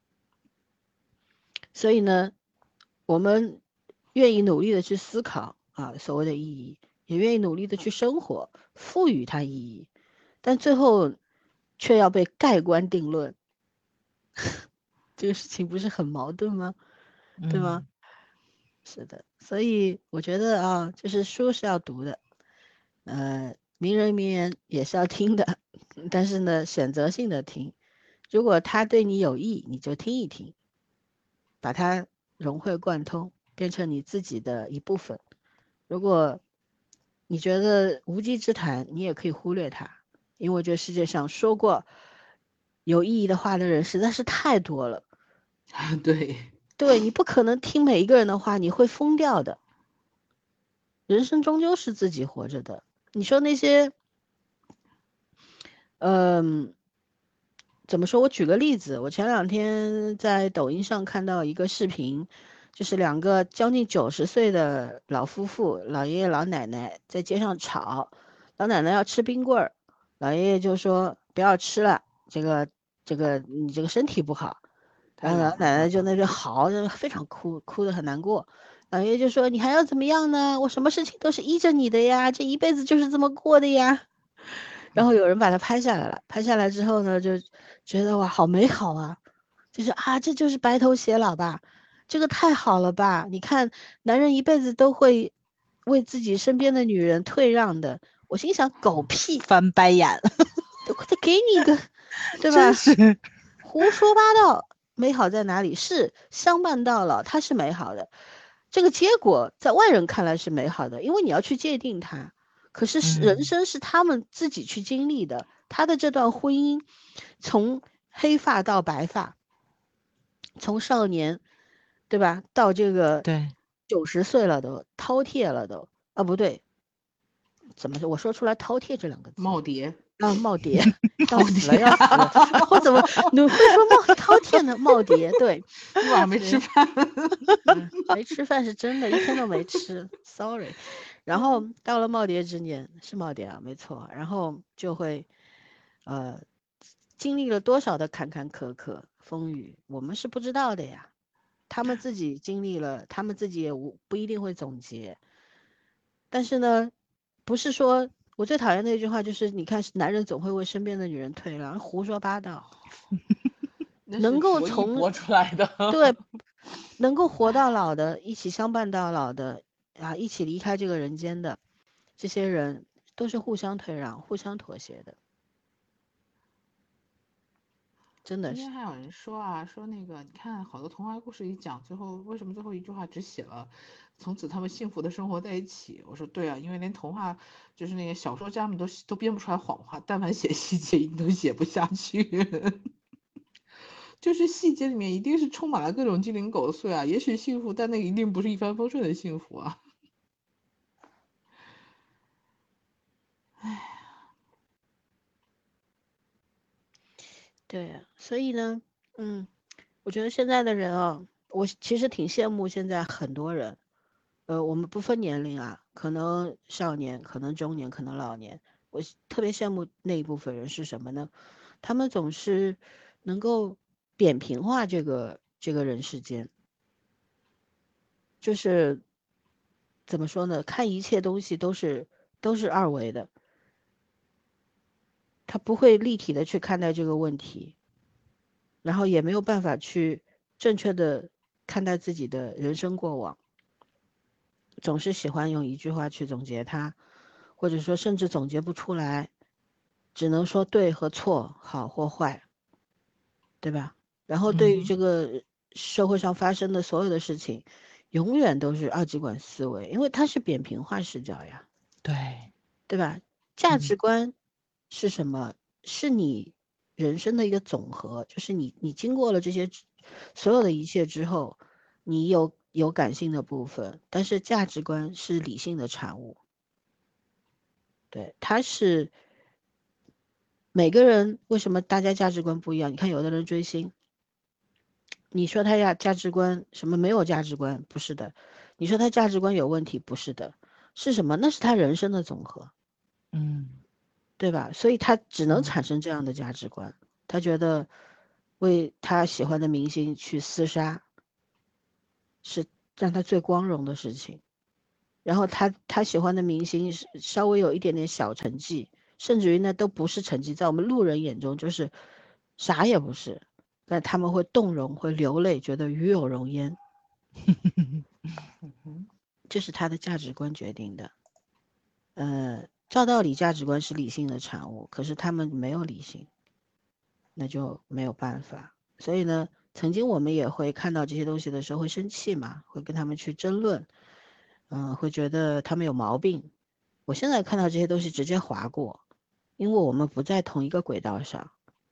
所以呢，我们愿意努力的去思考啊，所谓的意义， 也愿意努力的去生活，赋予它意义，但最后却要被盖棺定论，这个事情不是很矛盾吗？对吗？ 嗯是的，所以我觉得啊，就是书是要读的，呃，名人名言也是要听的，但是呢，选择性的听。如果他对你有益，你就听一听，把它融会贯通，变成你自己的一部分。如果你觉得无稽之谈，你也可以忽略它，因为我觉得世界上说过有意义的话的人实在是太多了。 对， 对，你不可能听每一个人的话，你会疯掉的。人生终究是自己活着的。你说那些，嗯、怎么说？我举个例子，我前两天在抖音上看到一个视频，就是两个将近九十岁的老夫妇，老爷爷老奶奶在街上吵，老奶奶要吃冰棍儿，老爷爷就说不要吃了，这个这个你这个身体不好。然后老奶奶就那边嚎，就非常哭，哭得很难过。老爷爷就说：“你还要怎么样呢？我什么事情都是依着你的呀，这一辈子就是这么过的呀。”然后有人把它拍下来了，拍下来之后呢，就觉得哇，好美好啊！就是啊，这就是白头偕老吧，这个太好了吧？你看，男人一辈子都会为自己身边的女人退让的。我心想，狗屁， 翻白眼， 都得给你一个，对吧？ 真是胡说八道。美好在哪里？是相伴到老，它是美好的。这个结果在外人看来是美好的，因为你要去界定它。可是是人嗯生是他们自己去经历的，他的这段婚姻，从黑发到白发，从少年，对吧，到这个对， 九十岁了都饕餮了都啊，不对，怎么我说出来饕餮这两个字？ 耄耋， 啊，耄耋，要死了，要死了！我怎么你会说耄饕餮呢？耄耋，对， 你晚上没吃饭？ 嗯，没吃饭是真的，一天都没吃，sorry。然后到了耄耋之年，是耄耋啊，没错。然后就会，呃，经历了多少的坎坎坷坷、风雨，我们是不知道的呀。他们自己经历了，他们自己也无不一定会总结。但是呢，不是说我最讨厌的一句话就是，你看，男人总会为身边的女人退让，胡说八道。能够博弈从博出来的。 对，能够活到老的，一起相伴到老的啊，一起离开这个人间的这些人，都是互相退让、互相妥协的，真的是。 今天还有人说啊，说那个你看好多童话故事里讲最后为什么最后一句话只写了从此他们幸福的生活在一起？我说对啊，因为连童话就是那个小说家们都都编不出来谎话，但凡写细节一定都写不下去。就是细节里面一定是充满了各种鸡零狗碎啊，也许幸福，但那个一定不是一帆风顺的幸福啊。唉， 对啊，所以呢，嗯，我觉得现在的人啊，我其实挺羡慕现在很多人，呃，我们不分年龄啊，可能少年，可能中年，可能老年，我特别羡慕那一部分人是什么呢？他们总是能够扁平化这个这个人世间，就是怎么说呢？看一切东西都是都是二维的，他不会立体的去看待这个问题，然后也没有办法去正确的看待自己的人生过往，总是喜欢用一句话去总结它，或者说甚至总结不出来，只能说对和错，好或坏，对吧？然后对于嗯这个社会上发生的所有的事情，永远都是二极管思维，因为它是扁平化视角呀。 对， 对吧？价值嗯观是什么？是你人生的一个总和，就是你你经过了这些之所有的一切之后，你有有感性的部分，但是价值观是理性的产物。对，它是每个人为什么大家价值观不一样？你看有的人追星，你说他价价值观什么没有价值观？不是的，你说他价值观有问题？不是的，是什么？那是他人生的总和。 嗯对吧？所以他只能嗯产生这样的价值观，他觉得为他喜欢的明星去厮杀是让他最光荣的事情。 然后他他喜欢的明星是稍微有一点点小成绩，甚至于那都不是成绩，在我们路人眼中就是啥也不是，但他们会动容，会流泪，觉得与有荣焉。这是他的价值观决定的。呃，照道理价值观是理性的产物，可是他们没有理性，那就没有办法。所以呢，曾经我们也会看到这些东西的时候会生气嘛，会跟他们去争论，嗯、呃，会觉得他们有毛病。我现在看到这些东西直接划过，因为我们不在同一个轨道上，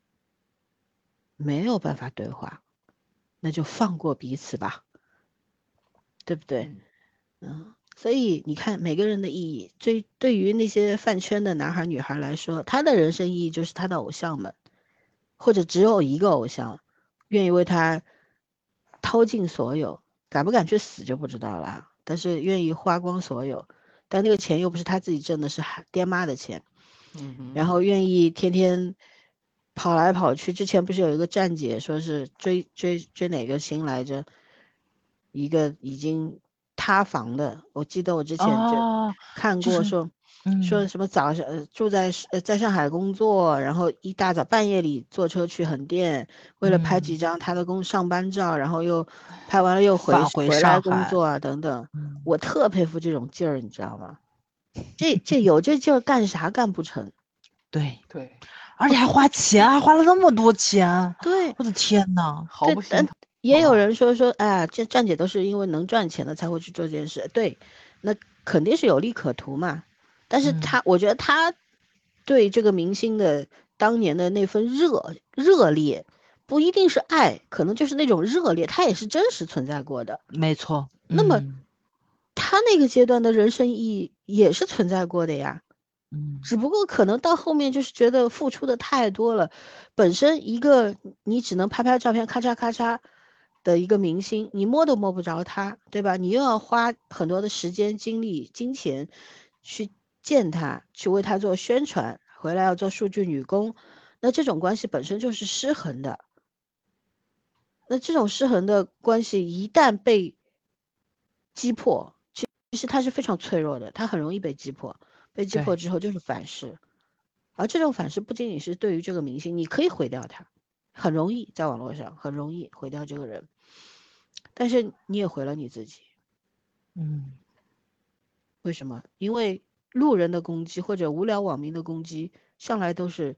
没有办法对话，那就放过彼此吧，对不对？嗯，所以你看每个人的意义，对对于那些饭圈的男孩女孩来说，他的人生意义就是他的偶像们，或者只有一个偶像，愿意为他掏尽所有，敢不敢去死就不知道了，但是愿意花光所有，但那个钱又不是他自己挣的，是爹妈的钱， 嗯， 然后愿意天天跑来跑去。之前不是有一个站姐说是追追追哪个星来着，一个已经塌房的，我记得我之前就哦，就是看过说， 嗯说什么早上呃住在呃在上海工作，然后一大早半夜里坐车去横店，为了拍几嗯张他的工上班照，然后又拍完了又回返回回来上海， 工作啊等等， 嗯， 我特佩服这种劲儿，你知道吗？这这有这劲儿干啥干不成？ 对， 对， 而且还花钱，还花了那么多钱， 对我的天呐， 对，但毫不心疼。 也有人说说，哎，这站姐都是因为能赚钱的才会去做这件事。对，那肯定是有利可图嘛。但是嗯他，我觉得他对这个明星的当年的那份热热烈，不一定是爱，可能就是那种热烈，他也是真实存在过的。 没错， 那么嗯他那个阶段的人生意义也是存在过的呀。 嗯只不过可能到后面就是觉得付出的太多了，本身一个你只能拍拍照片，咔嚓咔嚓的一个明星，你摸都摸不着他，对吧？你又要花很多的时间、精力、金钱去见他，去为他做宣传，回来要做数据女工，那这种关系本身就是失衡的。那这种失衡的关系一旦被击破，其实它是非常脆弱的，它很容易被击破。被击破对， 之后就是反噬，而这种反噬不仅仅是对于这个明星，你可以毁掉他，很容易在网络上很容易毁掉这个人，但是你也毁了你自己。 嗯为什么？因为路人的攻击或者无聊网民的攻击，向来都是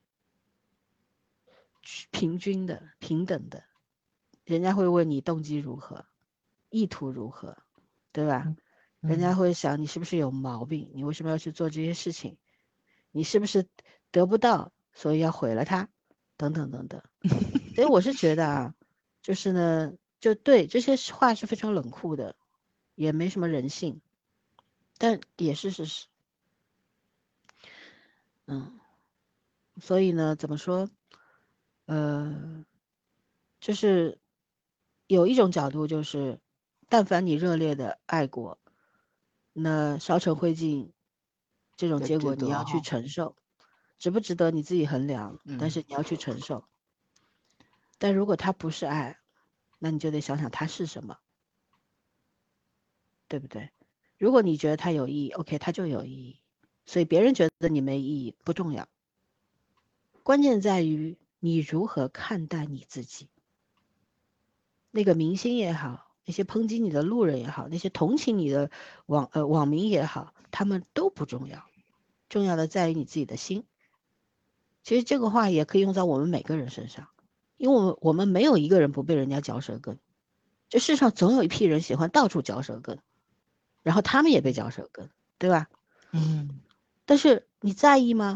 平均的、平等的，人家会问你动机如何，意图如何，对吧？ 嗯人家嗯会想你是不是有毛病，你为什么要去做这些事情？你是不是得不到，所以要毁了它，等等等等。所以我是觉得啊，就是呢，就对这些话是非常冷酷的，也没什么人性，但也是事实。嗯，所以呢，怎么说？呃，就是有一种角度，就是但凡你热烈的爱过，那烧成灰烬这种也结果值得你要去哈。 承受，值不值得你自己衡量，但嗯， 是你要去承受。但如果它不是爱，那你就得想想它是什么，对不对？如果你觉得它有意义 ，OK，它就有意义。所以别人觉得你没意义不重要，关键在于你如何看待你自己。那个明星也好，那些抨击你的路人也好，那些同情你的网呃网民也好，他们都不重要，重要的在于你自己的心。其实这个话也可以用在我们每个人身上，因为我们我们没有一个人不被人家嚼舌根，这世上总有一批人喜欢到处嚼舌根，然后他们也被嚼舌根，对吧？ 嗯但是你在意吗？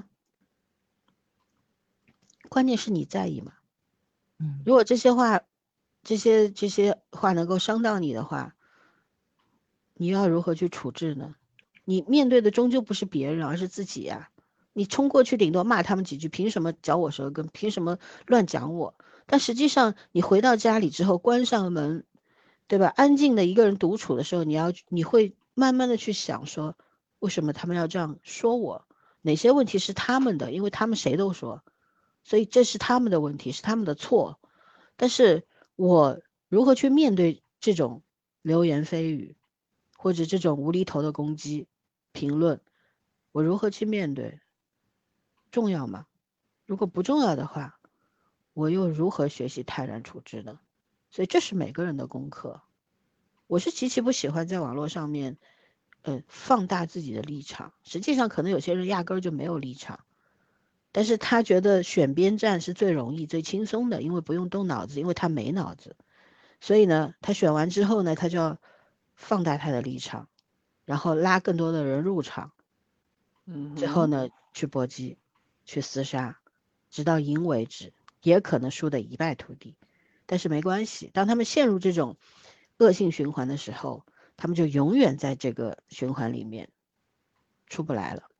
关键是你在意吗？ 嗯如果这些话，这些这些话能够伤到你的话，你要如何去处置呢？你面对的终究不是别人，而是自己呀、啊。你冲过去顶多骂他们几句，凭什么嚼我舌根？凭什么乱讲我？但实际上，你回到家里之后，关上门，对吧？安静的一个人独处的时候，你要你会慢慢的去想说，为什么他们要这样说我？哪些问题是他们的？因为他们谁都说，所以这是他们的问题，是他们的错。但是我如何去面对这种流言蜚语？ 或者这种无厘头的攻击评论，我如何去面对？重要吗？如果不重要的话，我又如何学习泰然处之呢？所以这是每个人的功课。我是极其不喜欢在网络上面呃，放大自己的立场，实际上可能有些人压根儿就没有立场，但是他觉得选边站是最容易最轻松的，因为不用动脑子，因为他没脑子，所以呢他选完之后呢，他就要放大他的立场，然后拉更多的人入场， 嗯， 最后呢去搏击去厮杀，直到赢为止，也可能输得一败涂地，但是没关系，当他们陷入这种恶性循环的时候，他们就永远在这个循环里面出不来了，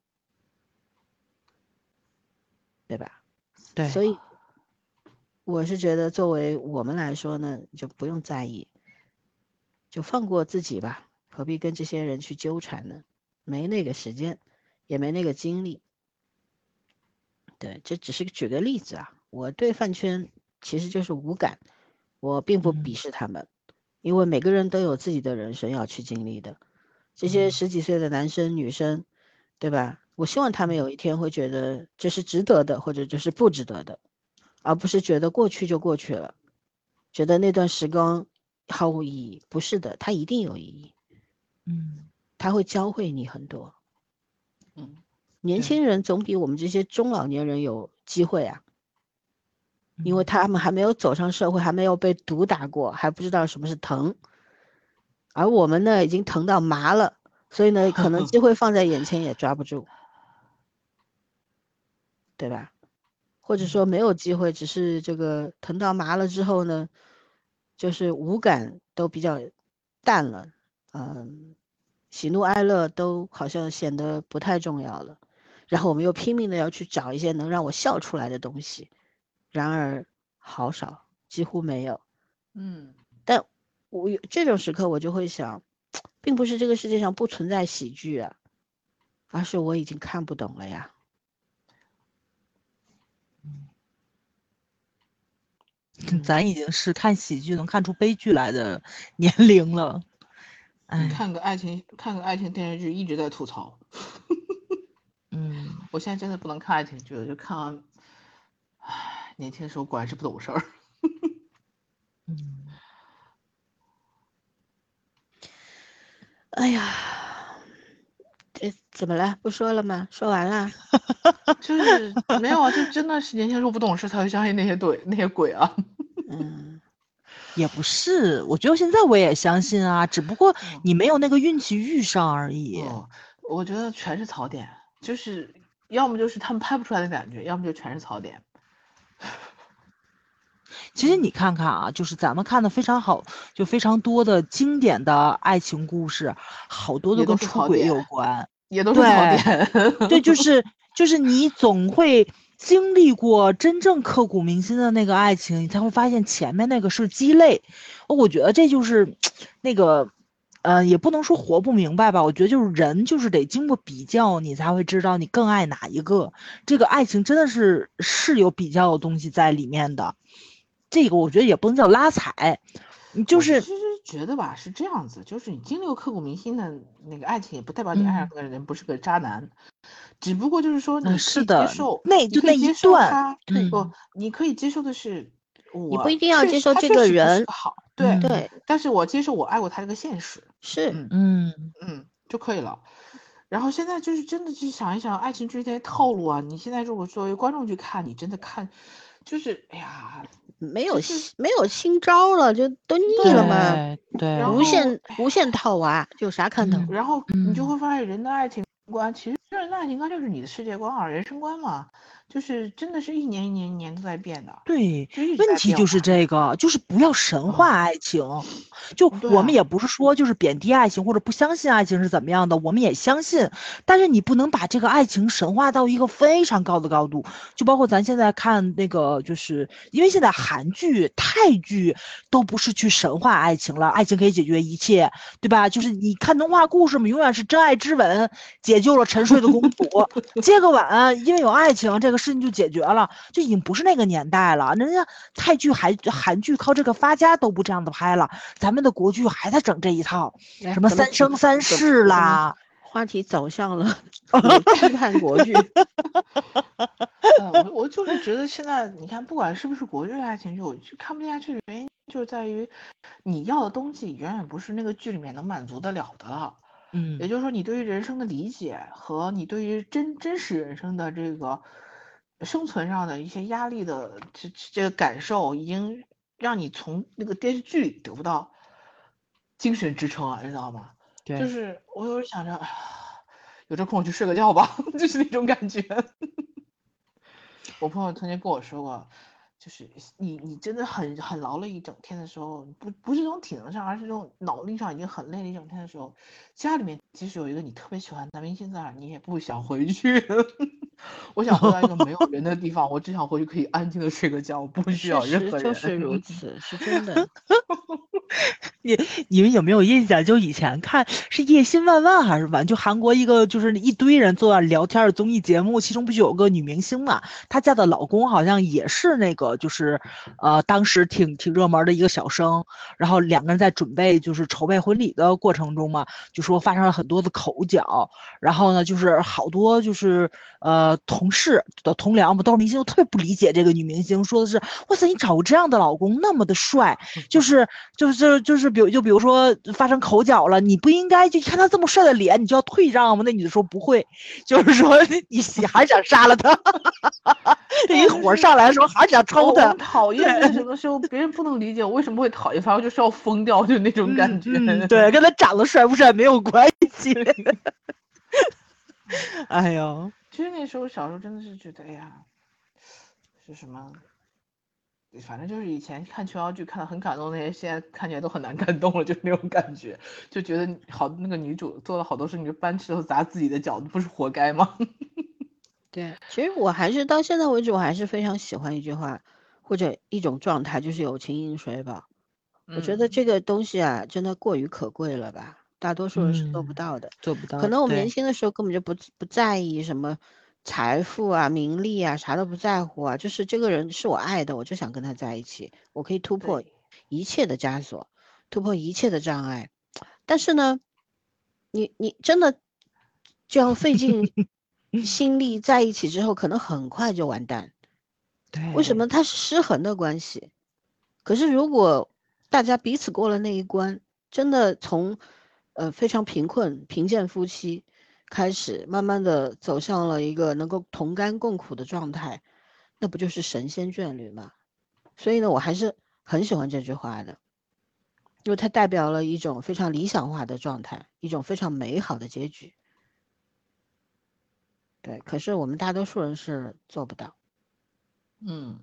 对吧？ 对， 所以我是觉得作为我们来说呢，就不用在意，就放过自己吧，何必跟这些人去纠缠呢？没那个时间，也没那个精力。对，这只是举个例子啊，我对饭圈其实就是无感，我并不鄙视他们，嗯、因为每个人都有自己的人生要去经历的。这些十几岁的男生、女生，对吧？我希望他们有一天会觉得这是值得的，或者这是不值得的，而不是觉得过去就过去了，觉得那段时光毫无意义。不是的，它一定有意义。 嗯， 它会教会你很多。 嗯， 年轻人总比我们这些中老年人有机会啊，因为他们还没有走上社会，还没有被毒打过，还不知道什么是疼。而我们呢，已经疼到麻了，所以呢，可能机会放在眼前也抓不住，对吧？或者说没有机会，只是这个疼到麻了之后呢，就是五感都比较淡了，嗯，喜怒哀乐都好像显得不太重要了。然后我们又拼命的要去找一些能让我笑出来的东西，然而好少，几乎没有。 嗯， 但我有这种时刻，我就会想，并不是这个世界上不存在喜剧啊，而是我已经看不懂了呀。 咱已经是看喜剧能看出悲剧来的年龄了。 你看个爱情，看个爱情电视剧一直在吐槽。 嗯， 我现在真的不能看爱情剧了，就看完，唉，年轻的时候果然是不懂事儿。 嗯， 哎呀，这怎么了？不说了吗？说完了？ 就是没有啊，就真的是年轻时候不懂事才会相信那些鬼那些鬼啊。 嗯， 也不是，我觉得现在我也相信啊，只不过你没有那个运气遇上而已。 哦，我觉得全是槽点，就是要么就是他们拍不出来的感觉，要么就全是槽点。 其实你看看啊，就是咱们看的非常好，就非常多的经典的爱情故事，好多都跟出轨有关， 也都是槽点。 对，就是就是你总会经历过真正刻骨铭心的那个爱情，你才会发现前面那个是鸡肋。我觉得这就是那个，呃，也不能说活不明白吧。我觉得就是人就是得经过比较，你才会知道你更爱哪一个。这个爱情真的是是有比较的东西在里面的。这个我觉得也不能叫拉踩，你就是其实觉得吧是这样子，就是你经历过刻骨铭心的那个爱情，也不代表你爱上那个人不是个渣男，嗯、只不过就是说你可以接受， 那就那一段， 对不？你可以接受的是我， 你不一定要接受这个人， 好，对对， 但是我接受我爱过他这个现实， 是， 嗯嗯嗯就可以了。然后现在就是真的去想一想爱情这些套路啊，你现在如果作为观众去看，你真的看，就是哎呀。 没有没有新招了，就都腻了嘛。 对， 无限无限套娃，有啥看头？ 然后你就会发现，人的爱情观，其实人的爱情观就是你的世界观啊，人生观嘛，就是真的是一年一年一年都在变的。 对，问题就是这个，就是不要神化爱情。 哦、 就我们也不是说就是贬低爱情或者不相信爱情是怎么样的，我们也相信，但是你不能把这个爱情神化到一个非常高的高度。就包括咱现在看那个，就是因为现在韩剧、泰剧都不是去神化爱情了，爱情可以解决一切，对吧？就是你看童话故事嘛，永远是真爱之吻解救了沉睡的公主，接个吻，因为有爱情，这个个事情就解决了，就已经不是那个年代了。人家泰剧、韩韩剧靠这个发家都不这样的拍了，咱们的国剧还在整这一套，什么三生三世啦。 话题走向了批判国剧。 呃、我我就是觉得现在你看，不管是不是国剧爱情剧，我就看不下去的原因就在于，你要的东西远远不是那个剧里面能满足得了的了。 嗯， 也就是说，你对于人生的理解和你对于真真实人生的这个生存上的一些压力的这这个感受，已经让你从那个电视剧里得不到精神支撑了，你知道吗？ 对， 就是我有时想着，有这空我去睡个觉吧，就是那种感觉。我朋友曾经跟我说过，就是你你真的很很劳累一整天的时候，不不是这种体能上，而是这种脑力上已经很累了一整天的时候，家里面即使有一个你特别喜欢的男明星在，你也不想回去。我想回到一个没有人的地方，我只想回去可以安静的睡个觉，不需要任何人。 就是如此，是真的。 你你们有没有印象？就以前看是《叶心万万》还是完？就韩国一个就是一堆人坐那聊天的综艺节目，其中不就有个女明星嘛？她嫁的老公好像也是那个，就是呃当时挺挺热门的一个小生。然后两个人在准备就是筹备婚礼的过程中嘛，就说发生了很多的口角。然后呢，就是好多就是呃同事的同僚嘛，都是明星，都特别不理解这个女明星，说的是哇塞，你找个这样的老公那么的帅，就是就是就是比如就比如说发生口角了，你不应该就看他这么帅的脸，你就要退让吗？那女的说不会，就是说你你还想杀了他，一火上来的时候还想抽他。 讨厌的时候时候别人不能理解我为什么会讨厌他，我就是要疯掉，就那种感觉。 嗯嗯、对，跟他长得帅不帅没有关系。哎呦， 其实那时候小时候真的是觉得，哎呀，是什么？反正就是以前看琼瑶剧看的很感动那些，现在看起来都很难感动了，就是那种感觉，就觉得好那个女主做了好多事情，就搬石头砸自己的脚，不是活该吗？ 对，其实我还是到现在为止，我还是非常喜欢一句话或者一种状态，就是友情饮水饱。嗯、我觉得这个东西啊，真的过于可贵了吧，大多数人是做不到的。 嗯、做不到。 可能我们年轻的时候根本就不不在意什么财富啊、名利啊，啥都不在乎啊，就是这个人是我爱的，我就想跟他在一起，我可以突破一切的枷锁，突破一切的障碍。但是呢，你你真的这样费尽心力在一起之后，可能很快就完蛋。 对， 为什么？它是失衡的关系。可是如果大家彼此过了那一关，真的从呃非常贫困贫贱夫妻开始，慢慢的走向了一个能够同甘共苦的状态，那不就是神仙眷侣吗？所以呢，我还是很喜欢这句话的，因为它代表了一种非常理想化的状态，一种非常美好的结局。对，可是我们大多数人是做不到。 嗯。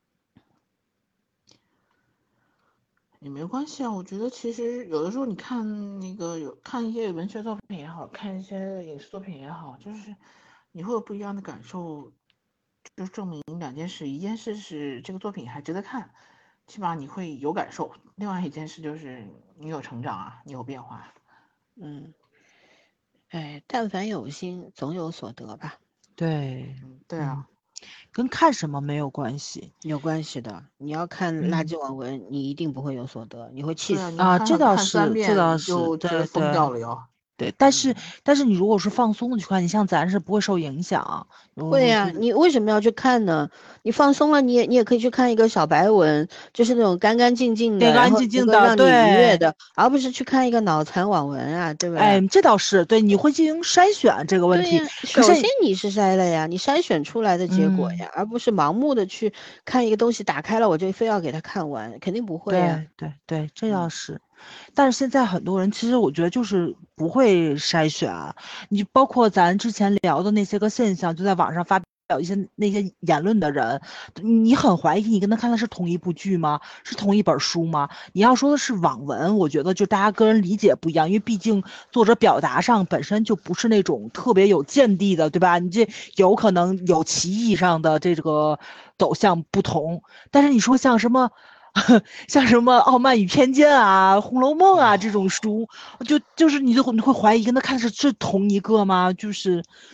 也没关系啊，我觉得其实有的时候你看那个有看一些文学作品也好，看一些影视作品也好，就是你会有不一样的感受，就证明两件事，一件事是这个作品还值得看，起码你会有感受；另外一件事就是你有成长啊，你有变化。 嗯，哎，但凡有心，总有所得吧。 对， 嗯，对啊。 嗯，跟看什么没有关系， 有关系的。你要看垃圾网文，嗯、你一定不会有所得，你会气死啊！这倒是，这倒是，对对。对，但是、嗯、但是你如果是放松的去看，你像咱是不会受影响。 会呀、啊，你为什么要去看呢？你放松了，你也你也可以去看一个小白文，就是那种干干净净的， 干干净净的， 让你愉悦的，而不是去看一个脑残网文啊，对吧？ 哎，这倒是，对，你会进行筛选这个问题。 首先你是筛了呀，你筛选出来的结果呀，嗯、而不是盲目的去看一个东西，打开了我就非要给它看完，肯定不会呀。 对对对，这倒是。嗯，但是现在很多人其实我觉得就是不会筛选，你包括咱之前聊的那些个现象，就在网上发表一些那些言论的人，你很怀疑你跟他看的是同一部剧吗？是同一本书吗？你要说的是网文，我觉得就大家个人理解不一样，因为毕竟作者表达上本身就不是那种特别有见地的，对吧？你这有可能有歧义上的这个走向不同，但是你说像什么像什么《傲慢与偏见》啊、《红楼梦》啊这种书，就就是你就你会怀疑跟他看的是是同一个吗？就是，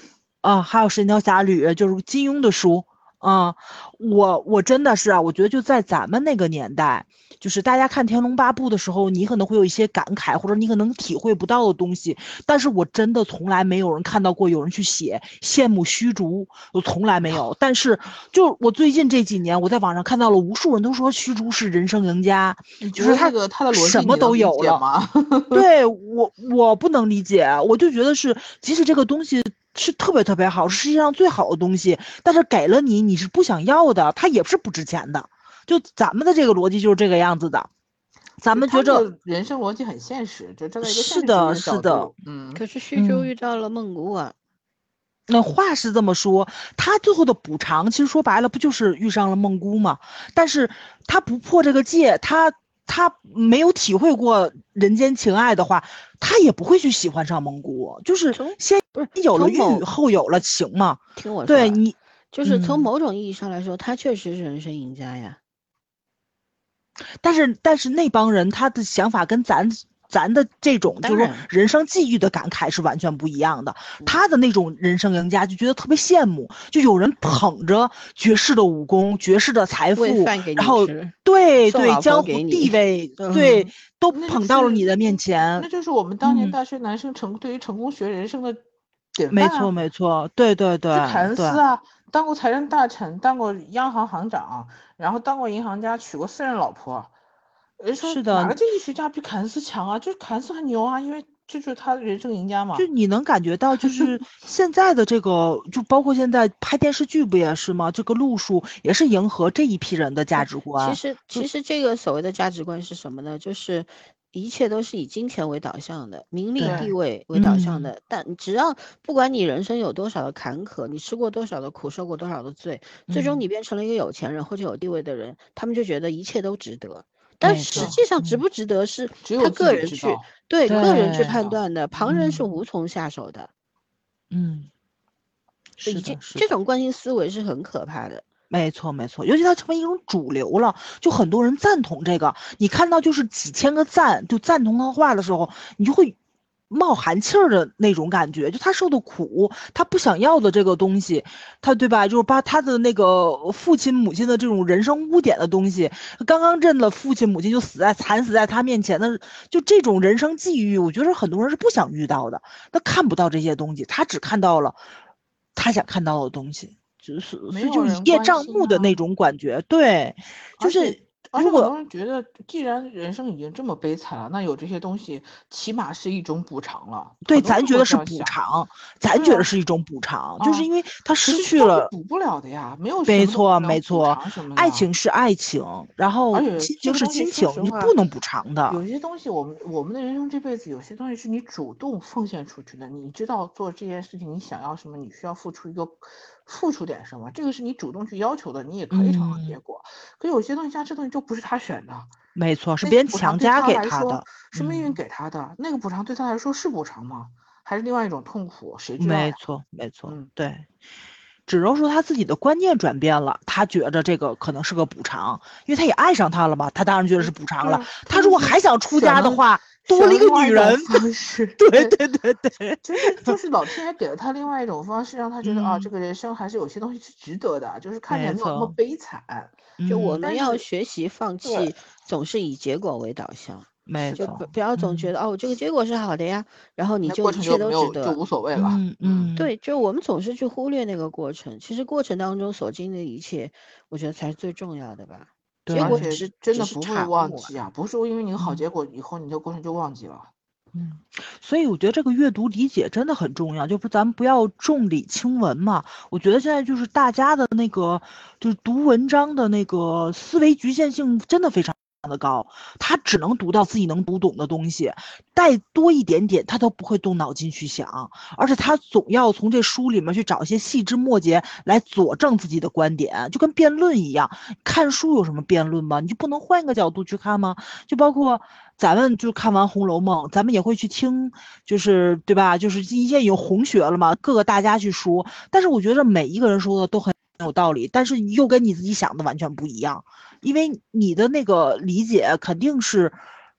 啊，还有《神雕侠侣》，就是金庸的书啊。我我真的是啊，我觉得就在咱们那个年代，就是大家看《天龙八部》的时候，你可能会有一些感慨，或者你可能体会不到的东西。但是我真的从来没有人看到过有人去写羡慕虚竹，我从来没有。但是就我最近这几年，我在网上看到了无数人都说虚竹是人生赢家，就是他他的逻辑什么都有了吗？ 对我我不能理解，我就觉得是，即使这个东西是特别特别好，是世界上最好的东西，但是给了你，你是不想要的，它也是不值钱的。就咱们的这个逻辑就是这个样子的，咱们觉着人生逻辑很现实，就站在一个是的，是的， 嗯。 可是虚竹遇到了孟姑啊。 那话是这么说，他最后的补偿其实说白了不就是遇上了孟姑吗？但是他不破这个戒，他他没有体会过人间情爱的话，他也不会去喜欢上孟姑。就是先不是有了欲，后有了情嘛。 听我说， 对你就是从某种意义上来说，嗯、他确实是人生赢家呀。 但是但是那帮人他的想法跟咱。咱的这种就是说人生际遇的感慨是完全不一样的，他的那种人生赢家就觉得特别羡慕，就有人捧着绝世的武功、绝世的财富，然后对对江湖地位，对、嗯、都捧到了你的面前。 那就是我们当年大学男生成、嗯、对于成功学人生的典范、啊、没错没错，对对对， 凯恩斯啊，当过财政大臣，当过央行行长，然后当过银行家，娶过四任老婆。人说是的， 哪个经济学家比凯恩斯强啊？就是凯恩斯很牛啊，因为这就是他人生赢家嘛。 就你能感觉到，就是现在的这个，就包括现在拍电视剧不也是吗？这个路数也是迎合这一批人的价值观。 其实，其实这个所谓的价值观是什么呢？就是一切都是以金钱为导向的，名利地位为导向的。嗯、但只要不管你人生有多少的坎坷，你吃过多少的苦，受过多少的罪，最终你变成了一个有钱人或者有地位的人，他们就觉得一切都值得。但实际上值不值得是他个人去、嗯、对, 对个人去判断的，旁人是无从下手的。 嗯，是的， 这这种惯性思维是很可怕的。 没错没错，尤其它成为一种主流了，就很多人赞同这个。你看到就是几千个赞就赞同他话的时候，你就会冒寒气儿的那种感觉，就他受的苦，他不想要的这个东西，他对吧？就是把他的那个父亲母亲的这种人生污点的东西，刚刚认了父亲母亲就死在惨死在他面前的，就这种人生际遇，我觉得很多人是不想遇到的。他看不到这些东西，他只看到了他想看到的东西，就是就一叶障目的那种感觉。对，就是。 而且很多人觉得，既然人生已经这么悲惨了，那有这些东西起码是一种补偿了。 对，咱觉得是补偿，咱觉得是一种补偿， 啊、 就是因为他失去了， 补不了的呀，没有没错没错，爱情是爱情，然后亲情是亲情，你不能补偿的。 有些东西，我们我们的人生这辈子，有些东西是你主动奉献出去的，你知道做这件事情你想要什么，你需要付出一个。付出点什么，这个是你主动去要求的，你也可以尝到结果。嗯、可有些东西像这东西就不是他选的， 没错，是别人强加给他的， 是命运给他的。嗯、那个补偿对他来说是补偿吗？还是另外一种痛苦？谁知道？ 没错，没错，嗯、对。只能说他自己的观念转变了，他觉着这个可能是个补偿，因为他也爱上他了嘛，他当然觉得是补偿了。他如果还想出家的话。多了一个女人方式， 对对对对， 就是就是老天爷给了他另外一种方式，让他觉得、嗯、啊，这个人生还是有些东西是值得的，就是看起来没有那么悲惨。 就我们要学习放弃，总是以结果为导向， 没错，就不不要总觉得、嗯、哦，这个结果是好的呀，然后你就一切都值得， 就无所谓了。 嗯嗯， 对，就我们总是去忽略那个过程，其实过程当中所经历的一切，我觉得才是最重要的吧。结果只是真的不会忘记啊，不是说因为你好结果以后你的过程就忘记了。 嗯，所以我觉得这个阅读理解真的很重要，就不咱们不要重理轻文嘛。我觉得现在就是大家的那个就是读文章的那个思维局限性真的非常的高，他只能读到自己能读懂的东西，再多一点点他都不会动脑筋去想，而且他总要从这书里面去找一些细枝末节来佐证自己的观点，就跟辩论一样。看书有什么辩论吗？你就不能换一个角度去看吗？就包括咱们就看完《红楼梦》，咱们也会去听，就是对吧？就是一些有红学了嘛，各个大家去说，但是我觉得每一个人说的都很有道理，但是又跟你自己想的完全不一样，因为你的那个理解肯定是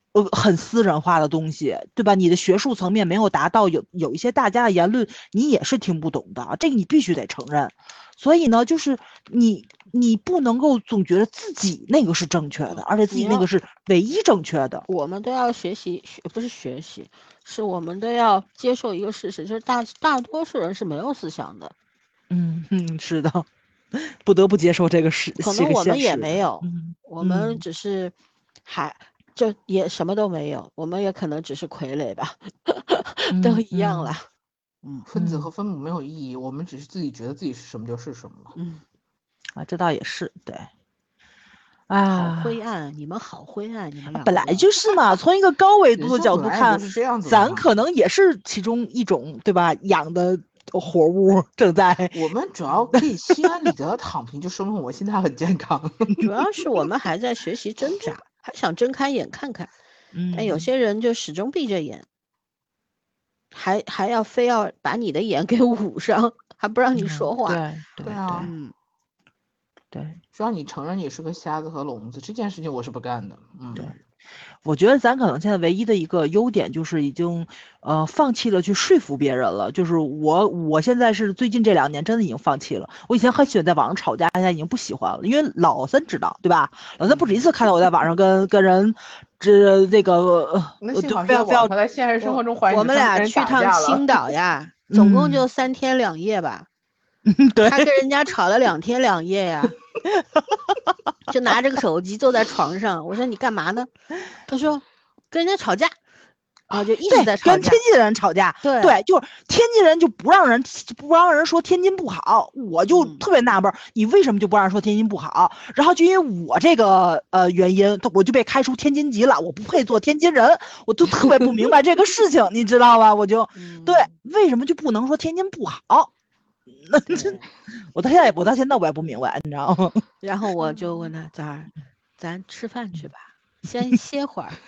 呃很私人化的东西，对吧？你的学术层面没有达到，有有一些大家的言论你也是听不懂的，这个你必须得承认。所以呢，就是你你不能够总觉得自己那个是正确的，而且自己那个是唯一正确的。 我们都要学习，学不是学习，是我们都要接受一个事实，就是大大多数人是没有思想的。 嗯嗯，是的，不得不接受这个事， 可能我们也没有， 嗯、 我们只是还就也什么都没有，我们也可能只是傀儡吧，都一样了。嗯， 分子和分母没有意义，我们只是自己觉得自己是什么就是什么了。 嗯， 啊，这倒也是对。啊， 好灰暗，你们好灰暗，你们俩本来就是嘛。从一个高维度的角度看， 是这样子， 咱可能也是其中一种，对吧？养的活物正在。 我们主要可以心安理得的躺平，就说明我心态很健康。 主要是我们还在学习挣扎，还想睁开眼看看。 嗯， 但有些人就始终闭着眼，还还要非要把你的眼给捂上，还不让你说话。 嗯、对对啊， 嗯。 对， 只要你承认你是个瞎子和聋子，这件事情我是不干的。嗯， 对，我觉得咱可能现在唯一的一个优点就是已经呃放弃了去说服别人了。就是我我现在是最近这两年真的已经放弃了。我以前很喜欢在网上吵架，现在已经不喜欢了，因为老三知道，对吧？老三不止一次看到我在网上跟跟人这这个呃， 那幸好不要不要在现实生活中怀疑我们俩去趟青岛呀，总共就三天两夜吧。 对， 他跟人家吵了两天两夜呀，就拿着个手机坐在床上。我说你干嘛呢？他说跟人家吵架，然后就一直在吵架。 跟天津人吵架， 对对，就是天津人就不让人不让人说天津不好，我就特别纳闷，嗯、你为什么就不让人说天津不好？然后就因为我这个呃原因，我就被开除天津籍了，我不配做天津人，我就特别不明白这个事情，你知道吧？我就、嗯、对，为什么就不能说天津不好？那这，我到现在我到现在我也不明白，你知道吗？ 然后我就问他，咱儿，咱吃饭去吧，先歇会儿。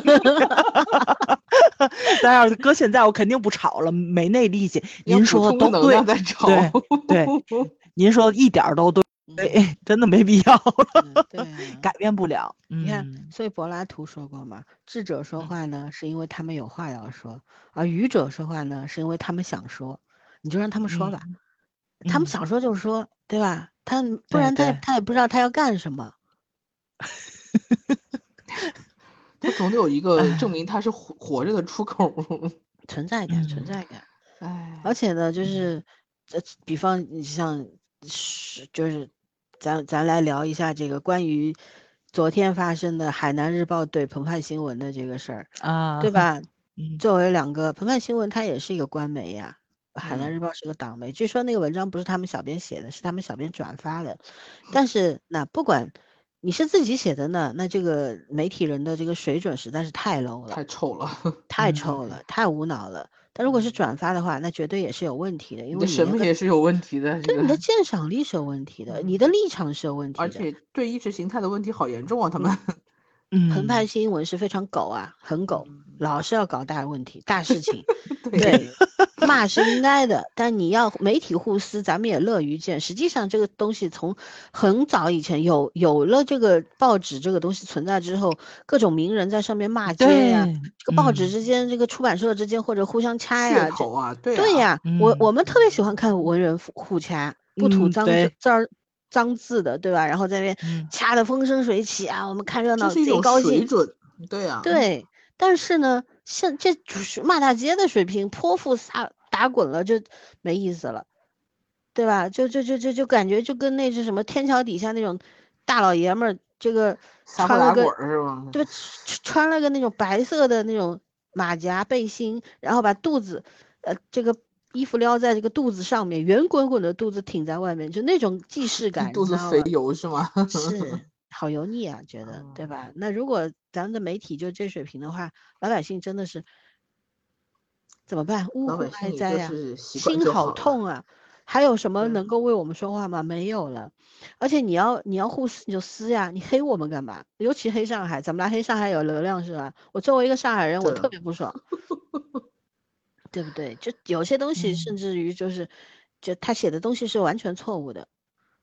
咱要是搁现在，我肯定不吵了，没那力气。您说都对，对对，您说一点都对，对，真的没必要了， 对、啊， 改变不了。 你看，所以柏拉图说过嘛，智者说话呢，是因为他们有话要说，而愚者说话呢，是因为他们想说，你就让他们说吧。 嗯他们想说就说，嗯、对吧？他不然他他也不知道他要干什么。 他总得有一个证明他是活活着的出口， 存在感，存在感。 哎， 而且呢，就是这比方你像是就是咱咱来聊一下这个关于昨天发生的海南日报对澎湃新闻的这个事儿啊， 对吧？ 嗯、 作为两个澎湃新闻，它也是一个官媒呀。海南日报是个党媒，据说那个文章不是他们小编写的，是他们小编转发的。但是那不管你是自己写的呢，那这个媒体人的这个水准实在是太 low 了， 太臭了， 太臭了，太无脑了。但如果是转发的话，那绝对也是有问题的，因为你的审美也是有问题的， 对你的鉴赏力是有问题的，你的立场是有问题的， 而且对意识形态的问题好严重啊，他们。 澎湃新闻是非常狗啊，很狗，老是要搞大问题、大事情。对，骂是应该的，但你要媒体互撕，咱们也乐于见。实际上，这个东西从很早以前有有了这个报纸这个东西存在之后，各种名人在上面骂街呀、啊，这个报纸之间、嗯、这个出版社之间或者互相掐呀、 啊，头啊，对对呀、啊嗯， 我我们特别喜欢看文人互掐，不吐脏字儿。脏字的，对吧？然后在那边掐得风生水起啊，我们看热闹贼高兴。 水准，对啊， 对。但是呢，像这就是骂大街的水平，泼妇撒打滚了就没意思了，对吧？就就就就就感觉就跟那是什么天桥底下那种大老爷们儿，这个穿了个是吧？ 对，穿了个那种白色的那种马甲背心，然后把肚子呃这个。衣服撩在这个肚子上面，圆滚滚的肚子挺在外面，就那种既视感， 肚子肥油是吗？ 是，好油腻啊，觉得对吧？那如果咱们的媒体就这水平的话，老百姓真的是怎么办？呜呼哀哉呀，心好痛啊！还有什么能够为我们说话吗？没有了。而且你要你要互撕你就撕呀，你黑我们干嘛？尤其黑上海，怎么了？黑上海有流量是吧？我作为一个上海人，我特别不爽。对不对？就有些东西，甚至于就是，就他写的东西是完全错误的，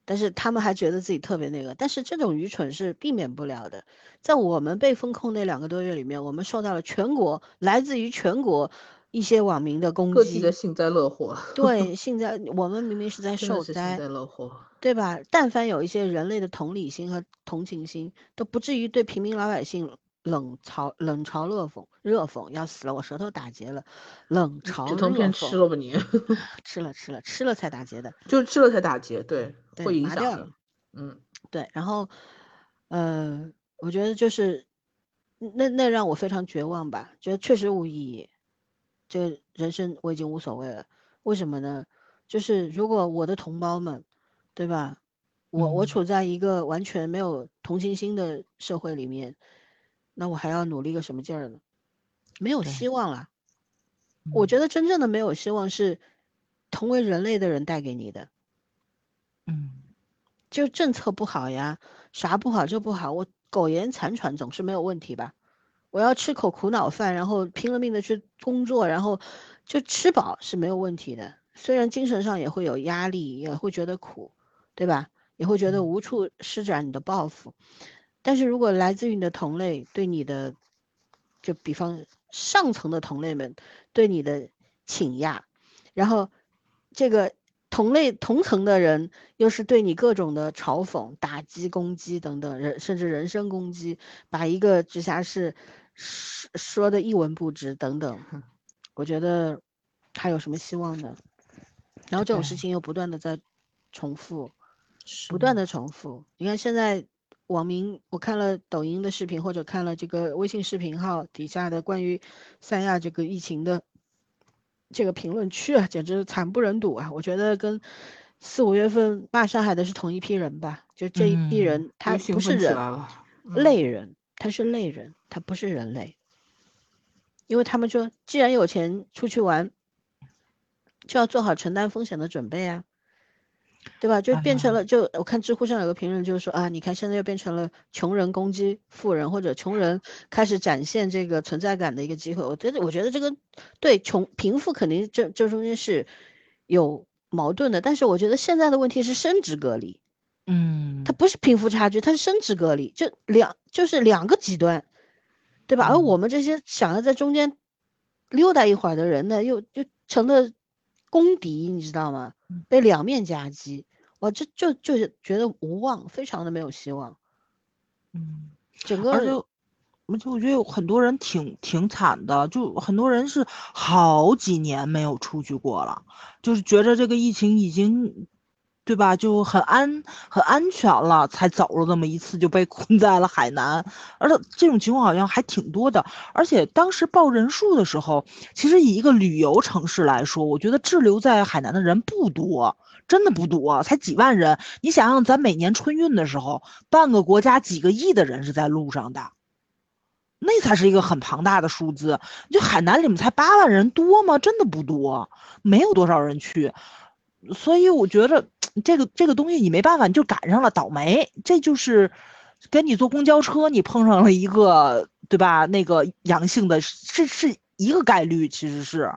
但是他们还觉得自己特别那个，但是这种愚蠢是避免不了的。在我们被封控那两个多月里面，我们受到了全国来自于全国一些网民的攻击， 各地的幸灾乐祸。 对，幸灾，我们明明是在受灾， 幸灾乐祸， 对吧？但凡有一些人类的同理心和同情心，都不至于对平民老百姓冷嘲冷嘲热讽热讽。要死了，我舌头打结了，冷嘲热讽。 止痛片吃了吧你？ 吃了吃了吃了才打结的， 就吃了才打结，对， 对会影响的麻掉了。 嗯， 对，然后，呃，我觉得就是那那让我非常绝望吧，觉得确实无意义。这个人生我已经无所谓了，为什么呢？就是如果我的同胞们，对吧？我我嗯处在一个完全没有同情心的社会里面，那我还要努力个什么劲儿呢？没有对希望了。我觉嗯得真正的没有希望是同为人类的人带给你的。 嗯， 就政策不好呀，啥不好就不好，我苟延残喘总是没有问题吧？我要吃口苦恼饭，然后拼了命的去工作，然后就吃饱是没有问题的。虽然精神上也会有压力，也会觉得苦，对吧？也会觉得无处施展你的抱负。但是如果来自于你的同类对你的，就比方上层的同类们对你的倾轧，然后这个同类同层的人又是对你各种的嘲讽、打击、攻击等等，人甚至人身攻击，把一个直辖市说说的一文不值等等，我觉得还有什么希望呢？然后这种事情又不断的在重复，不断的重复。你看现在网民，我看了抖音的视频或者看了这个微信视频号底下的关于三亚这个疫情的这个评论区啊，简直惨不忍睹啊！我觉得跟四五月份骂上海的是同一批人吧，就这一批人，他不是人，类人，他是类人，他不是人类。因为他们说，既然有钱出去玩，就要做好承担风险的准备啊，对吧？就变成了，就我看知乎上有个评论就是说啊，你看现在又变成了穷人攻击富人，或者穷人开始展现这个存在感的一个机会。我觉得，我觉得这个对穷贫富肯定这这中间是有矛盾的，但是我觉得现在的问题是生殖隔离， 嗯， 它不是贫富差距，它是生殖隔离，就两就是两个极端，对吧？而我们这些想要在中间溜达一会儿的人呢，又就成了公敌，你知道吗？被两面夹击，我这就就觉得无望，非常的没有希望。 嗯， 整个而且而且我觉得有很多人挺挺惨的，就很多人是好几年没有出去过了，就是觉着这个疫情已经，对吧？就很安很安全了，才走了那么一次，就被困在了海南。而且这种情况好像还挺多的，而且当时报人数的时候，其实以一个旅游城市来说，我觉得滞留在海南的人不多。真的不多，才几万人。你想想，咱每年春运的时候，半个国家几个亿的人是在路上的，那才是一个很庞大的数字。就海南里面才八万人，多吗？真的不多，没有多少人去。所以我觉得这个这个东西你没办法，你就赶上了，倒霉。这就是跟你坐公交车，你碰上了一个，对吧？那个阳性的，是是一个概率，其实是，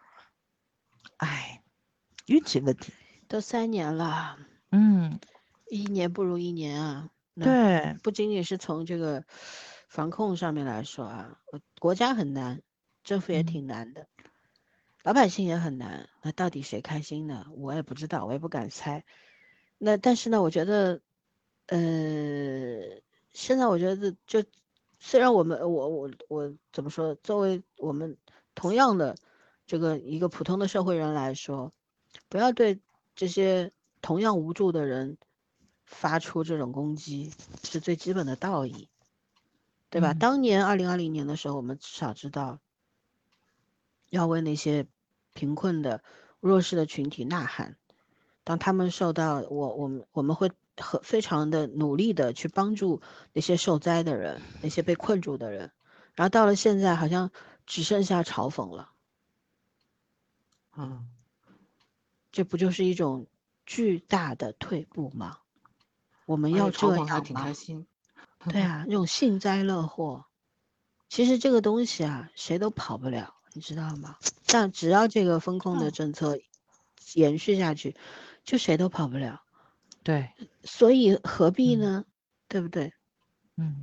哎，运气问题。 都三年了， 嗯， 一年不如一年啊。 对， 不仅仅是从这个防控上面来说啊，国家很难，政府也挺难的，嗯、老百姓也很难。那到底谁开心呢？我也不知道，我也不敢猜。那但是呢，我觉得，呃，现在我觉得就虽然我们我我我怎么说，作为我们同样的这个一个普通的社会人来说，不要对这些同样无助的人发出这种攻击，是最基本的道义，对吧？嗯、当年二零二零年的时候，我们至少知道要为那些贫困的弱势的群体呐喊，当他们受到我我们我们会很非常的努力的去帮助那些受灾的人，那些被困住的人，然后到了现在好像只剩下嘲讽了， 嗯， 这不就是一种巨大的退步吗？我们要这样吗？ 还挺开心。 对啊，那种幸灾乐祸，其实这个东西啊，谁都跑不了，你知道吗？但只要这个风控的政策延续下去，就谁都跑不了。 对， 所以何必嗯呢？对不对？ 嗯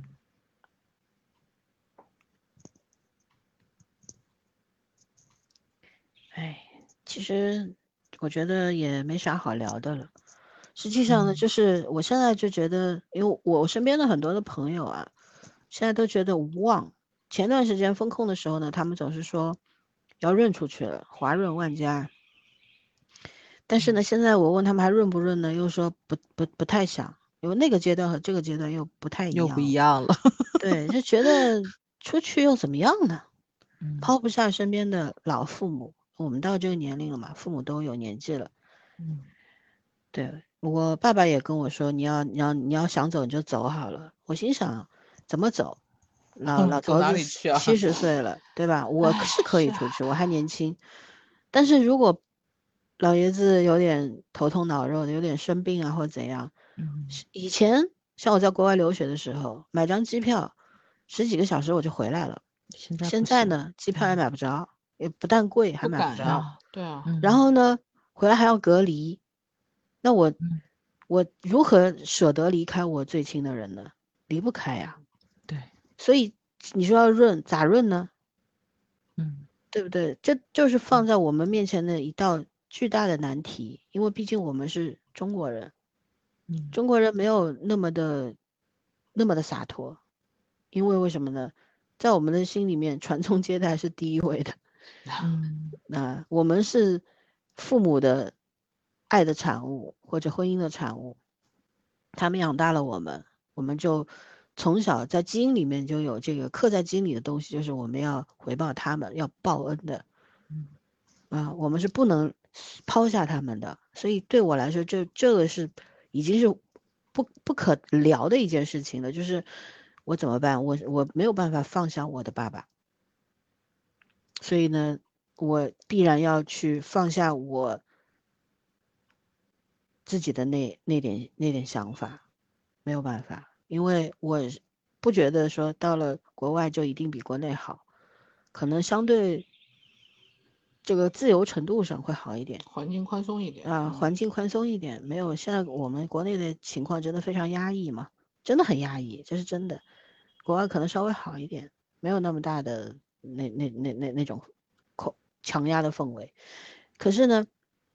哎，其实我觉得也没啥好聊的了。实际上呢， 嗯就是我现在就觉得，因为我身边的很多的朋友啊，现在都觉得无望。前段时间风控的时候呢，他们总是说要润出去了，华润万家。但是呢，现在我问他们还润不润呢，又说不不不太想，因为那个阶段和这个阶段又不太一又不一样。 样了。 对，就觉得出去又怎么样呢？ 嗯抛不下身边的老父母，我们到这个年龄了嘛，父母都有年纪了。 嗯对，我爸爸也跟我说，你要你要你要想走你就走好了。我心想，怎么走？老老走头子哪里去啊？ 七十岁了，对吧？我哎， 是可以是啊， 出去，我还年轻。但是如果老爷子有点头痛脑热的，有点生病啊或者怎样， 嗯， 以前像我在国外留学的时候，买张机票，十几个小时我就回来了。 现在现不行。 在呢，机票也买不着，也不但贵，还不买不着。 敢呀。对啊， 嗯然后呢，回来还要隔离，那我嗯， 我如何舍得离开我最亲的人呢？离不开呀。 对， 所以你说要润，咋润呢？ 嗯对不对？这就是放在我们面前的一道巨大的难题，因为毕竟我们是中国人， 嗯中国人没有那么的那么的洒脱，因为为什么呢？在我们的心里面，传宗接代是第一位的。 嗯那我们是父母的爱的产物，或者婚姻的产物，他们养大了我们，我们就从小在基因里面就有这个刻在基因里的东西，就是我们要回报他们，要报恩的。 嗯啊，我们是不能抛下他们的，所以对我来说，这这个是已经是不不可聊的一件事情了。就是我怎么办？我我没有办法放下我的爸爸，所以呢，我必然要去放下我自己的那那点那点想法，没有办法，因为我不觉得说到了国外就一定比国内好，可能相对这个自由程度上会好一点。 环境宽松一点。 啊， 嗯， 环境宽松一点，没有现在我们国内的情况真的非常压抑嘛，真的很压抑，这是真的。国外可能稍微好一点，没有那么大的那那那那那种口强压的氛围。可是呢，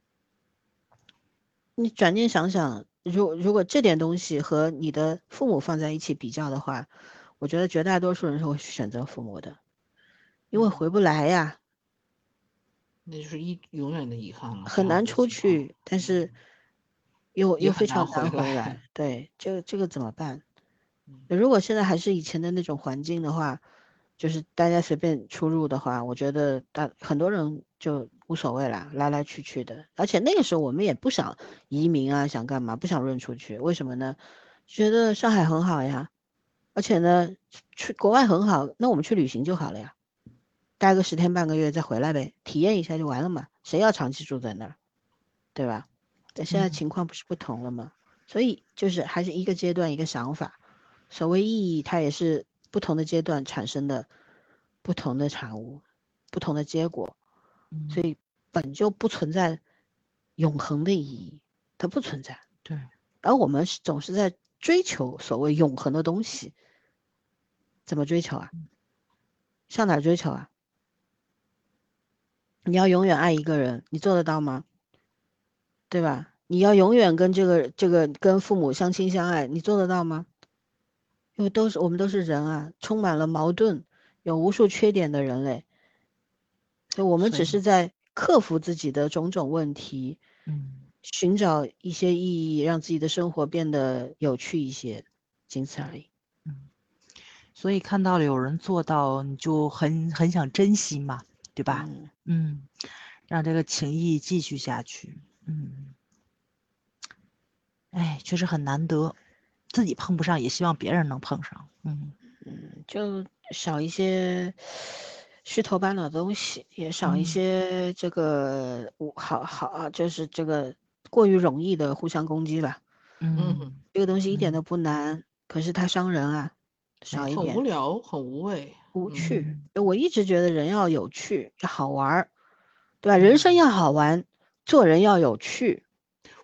你转念想想，如如果这点东西和你的父母放在一起比较的话，我觉得绝大多数人是会选择父母的，因为回不来呀， 那就是一永远的遗憾了。这很难样子的情况出去，但是又也很又非常难回来。 难回来。对，这个这个怎么办？ 嗯如果现在还是以前的那种环境的话，就是大家随便出入的话，我觉得大很多人就无所谓啦，来来去去的。而且那个时候我们也不想移民啊，想干嘛，不想润出去。为什么呢？觉得上海很好呀，而且呢，去国外很好，那我们去旅行就好了呀，待个十天半个月再回来呗，体验一下就完了嘛。谁要长期住在那儿，对吧？但现在嗯情况不是不同了吗？所以就是还是一个阶段一个想法。所谓意义，它也是不同的阶段产生的不同的产物，不同的结果， 嗯， 所以本就不存在永恒的意义，它不存在。 对， 而我们是总是在追求所谓永恒的东西，怎么追求啊？向哪儿追求啊？你要永远爱一个人，你做得到吗？对吧？你要永远跟这个这个跟父母相亲相爱，你做得到吗？因为都是我们都是人啊，充满了矛盾，有无数缺点的人类，所以我们所以只是在克服自己的种种问题， 嗯寻找一些意义，让自己的生活变得有趣一些，仅此而已。 嗯，所以看到了有人做到，你就很很想珍惜嘛，对吧？ 嗯， 嗯，让这个情谊继续下去。嗯，哎，确实很难得，自己碰不上，也希望别人能碰上。嗯嗯，就少一些虚头巴脑的东西，也少一嗯些这个无好好啊，就是这个过于容易的互相攻击吧。 嗯， 嗯这个东西一点嗯， 都不难，可是它伤人啊， 没少一很无点聊，很无味。 无嗯趣。 嗯我一直觉得人要有趣，要好玩儿，对吧？人生嗯， 要好玩，做人要有趣。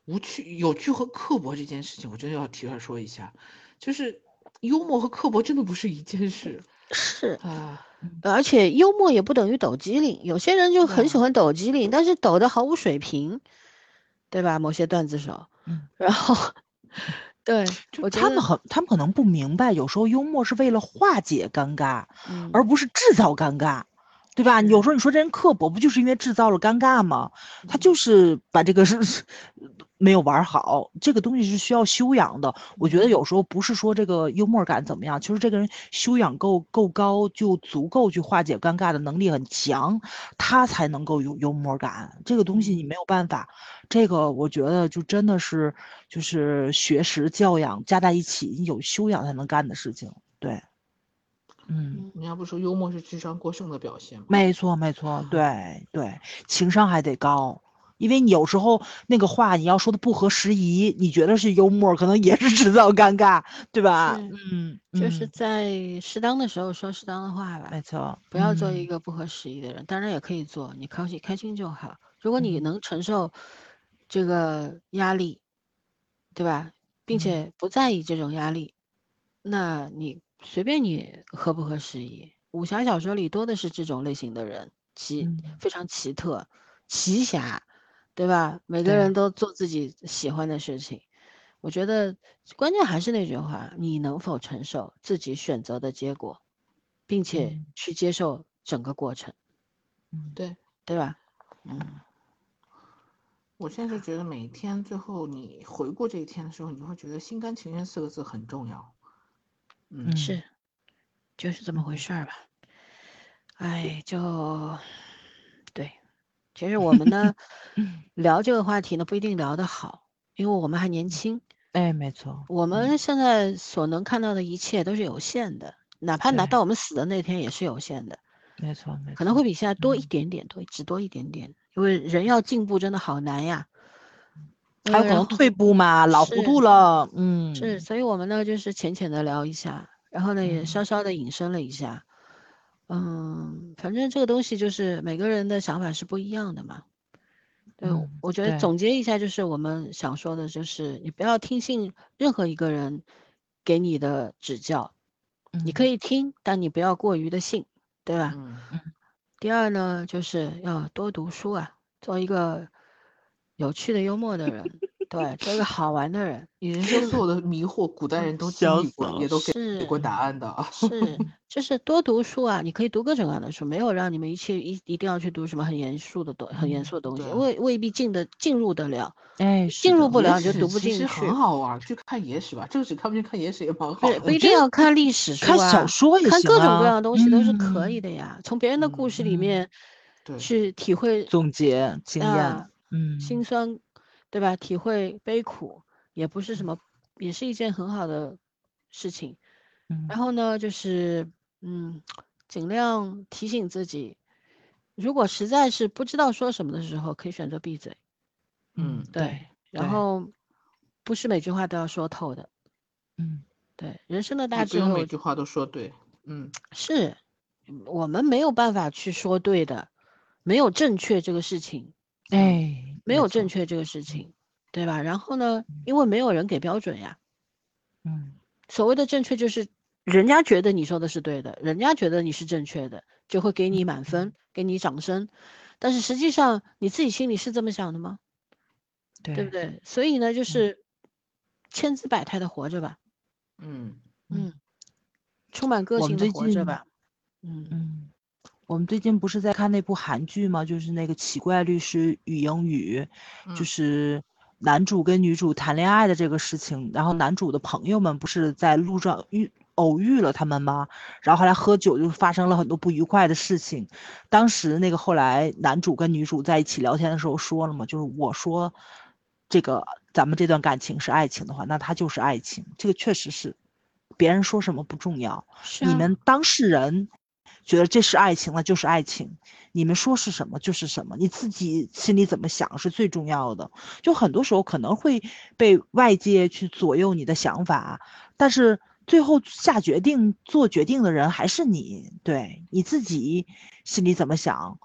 无趣、有趣和刻薄这件事情，我真的要提出来说一下，就是幽默和刻薄真的不是一件事。 是， 啊， 而且幽默也不等于抖机灵，有些人就很喜对啊， 欢抖机灵，但是抖的毫无水平，对吧？某些段子手， 嗯， 然后，对， 就我觉得， 他们很，他们可能不明白，有时候幽默是为了化解尴尬，而嗯， 不是制造尴尬，对吧？有是， 时候你说这人刻薄，不就是因为制造了尴尬吗？他嗯就是把这个是没有玩好，这个东西是需要修养的。我觉得嗯有时候不是说这个幽默感怎么样，其实这个人修养够够高，就足够去化解尴尬的能力很强，他才能够有幽默感。这个东西你嗯没有办法，这个我觉得就真的是就是学识教养加在一起，你有修养才能干的事情。对，嗯。 嗯， 人家不说幽默是智商过剩的表现吗？ 没错，没错，对对，情商还得高，因为你有时候那个话你要说的不合时宜，你觉得是幽默，可能也是制造尴尬，对吧？ 是， 嗯就是嗯， 在适当的时候说适当的话吧， 没错， 不要做一嗯个不合时宜的人。当然也可以做，你开心开心就好。如果你嗯能承受这个压力，对吧？并嗯且不在意这种压力，那你随便你合不合时宜。武侠小说里多的是这种类型的人，奇嗯， 非常奇特、奇侠，对吧？每个人对， 都做自己喜欢的事情。我觉得关键还是那句话，你能否承受自己选择的结果，并且嗯去接受整个过程， 嗯对， 对吧？嗯， 我现在就觉得每一天最后你回顾这一天的时候，你会觉得心甘情愿四个字很重要。嗯嗯是，就是这么回嗯事儿吧。哎，就对，其实我们呢嗯， 聊这个话题呢不一定聊得好，因为我们还年轻， 哎，没错， 我嗯， 们现在所能看到的一切都是有限的，哪怕拿对， 到我们死的那天也是有限的， 没错没可能会错， 比现在多一嗯， 点点，多只多一点点，因为人要进步真的好难呀。嗯， 还有可然后能退步嘛，老糊是涂了， 是， 嗯所以我们呢就是浅浅的聊一下，然后呢也嗯稍稍的引申了一下。嗯，反正这个东西就是每个人的想法是不一样的嘛。对， 嗯， 我觉得对， 总结一下，就是我们想说的，就是你不要听信任何一个人给你的指教，你可嗯以听，但你不要过于的信，对吧？ 嗯， 嗯第二呢，就是要多读书啊，做一个有趣的、幽默的人，对，做一个好玩的人。 你人生所有的迷惑，古代人都经历过， 笑死了， 也都给给过是答案的。 是，就是多读书啊！你可以读各种各样的书，没有让你们一切一一定要去读什么很严肃的东、很严嗯， 肃的东西， 对啊， 未未必进的进入得了， 哎，是的， 进入不野了你就读不史其实进去。 很好玩，去看野史吧。这个史看不进，看野史也蛮好的。 不是不一我觉得定要看历史书看小啊， 说也看各种各行啊， 样的东西都是可以嗯的呀。从别人的故嗯， 事里嗯， 面对， 去体会总结经验， 啊辛嗯酸，对吧？体会悲苦，也不是什嗯么，也是一件很好的事情。然嗯后呢，就是嗯，尽量提醒自己，如果实在是不知道说什么的时候，可以选择闭嘴。 嗯， 嗯， 对， 对对， 然后不是每句话都要说透的。 嗯对，人生的大也不用智慧，我每句话都说对。嗯是我们没有办法去说对的，没有正确这个事情， 嗯哎， 没有正没错， 确这个事嗯情，对吧？然后呢， 嗯因为没有人给标准呀。 嗯所谓的正确就是人家觉得你说的是对的，人家觉得你是正确的，就会给你满分， 嗯， 给你掌声。但是实际上你自己心里是这么想的吗？对不对， 对？所以呢，就嗯是千姿百态的活着吧， 嗯嗯， 嗯， 充满个我们性的最近活着吧，嗯嗯。我们最近不是在看那部韩剧吗？就是那个《奇怪律师与英语》，就嗯是男主跟女主谈恋爱的这个事情。然后男主的朋友们不是在路上遇偶遇了他们吗？然后后来喝酒就发生了很多不愉快的事情。当时那个后来男主跟女主在一起聊天的时候说了嘛，就是我说这个咱们这段感情是爱情的话，那它就是爱情。这个确实是，别人说什么不重要， 是啊， 你们当事人觉得这是爱情了，就是爱情。你们说是什么就是什么，你自己心里怎么想是最重要的。就很多时候可能会被外界去左右你的想法，但是最后下决定、做决定的人还是你。对你自己心里怎么想，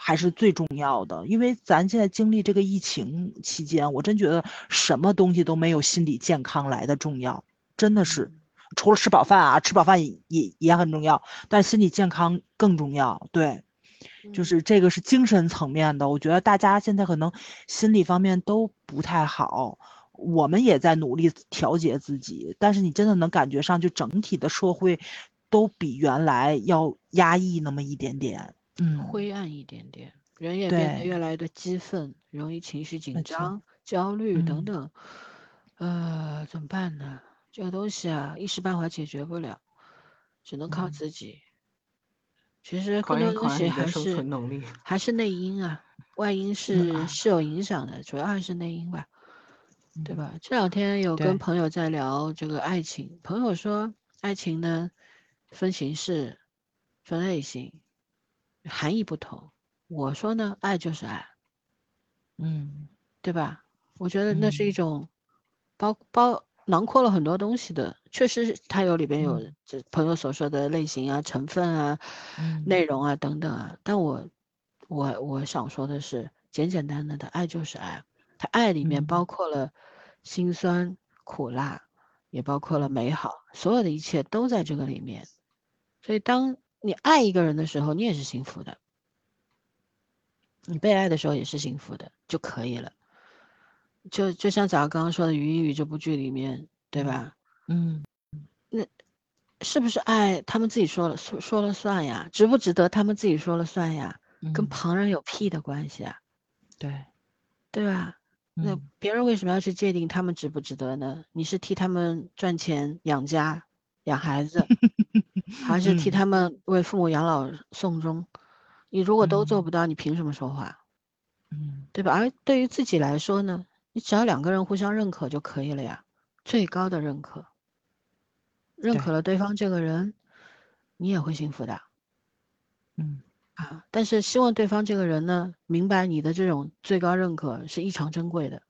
还是最重要的。因为咱现在经历这个疫情期间，我真觉得什么东西都没有心理健康来的重要，真的是。除了吃饱饭啊，吃饱饭也也也很重要，但是心理健康更重要。对，就是这个是精神层面的。我觉得大家现在可能心理方面都不太好，我们也在努力调节自己，但是你真的能感觉上，就整体的社会都比原来要压抑那么一点点，嗯， 灰暗一点点，人也变得越来越激愤，容易情绪紧张、焦虑等等。嗯、呃，怎么办呢？这个东西啊，一时半会儿解决不了，只能靠自己。嗯、其实更多东西还是还是内因啊，外因是、嗯、是有影响的，主要还是内因吧，嗯、对吧？这两天有跟朋友在聊这个爱情，朋友说爱情呢分形式、分类型，含义不同。我说呢，爱就是爱， 嗯， 对吧？我觉得那是一种包包。囊括了很多东西的，确实它有里边有这朋友所说的类型啊、成分啊、 嗯、 内容啊等等啊。但我我我想说的是，简简单单的爱就是爱，它爱里面包括了辛酸、苦辣，也包括了美好，所有的一切都在这个里面。所以当你爱一个人的时候，你也是幸福的；你被爱的时候也是幸福的，就可以了。就就像早上刚刚说的《余音语》这部剧里面，对吧？ 嗯， 那是不是爱他们自己说了说说了算呀？值不值得他们自己说了算呀？ 嗯、 跟旁人有屁的关系啊？ 对， 对吧？ 嗯、 那别人为什么要去界定他们值不值得呢？你是替他们赚钱养家养孩子，还是替他们为父母养老送终？你如果都做不到，你凭什么说话？ 嗯， 对吧？而对于自己来说呢？你只要两个人互相认可就可以了呀，最高的认可，认可了对方这个人，你也会幸福的。 嗯啊，但是希望对方这个人呢，明白你的这种最高认可是异常珍贵的。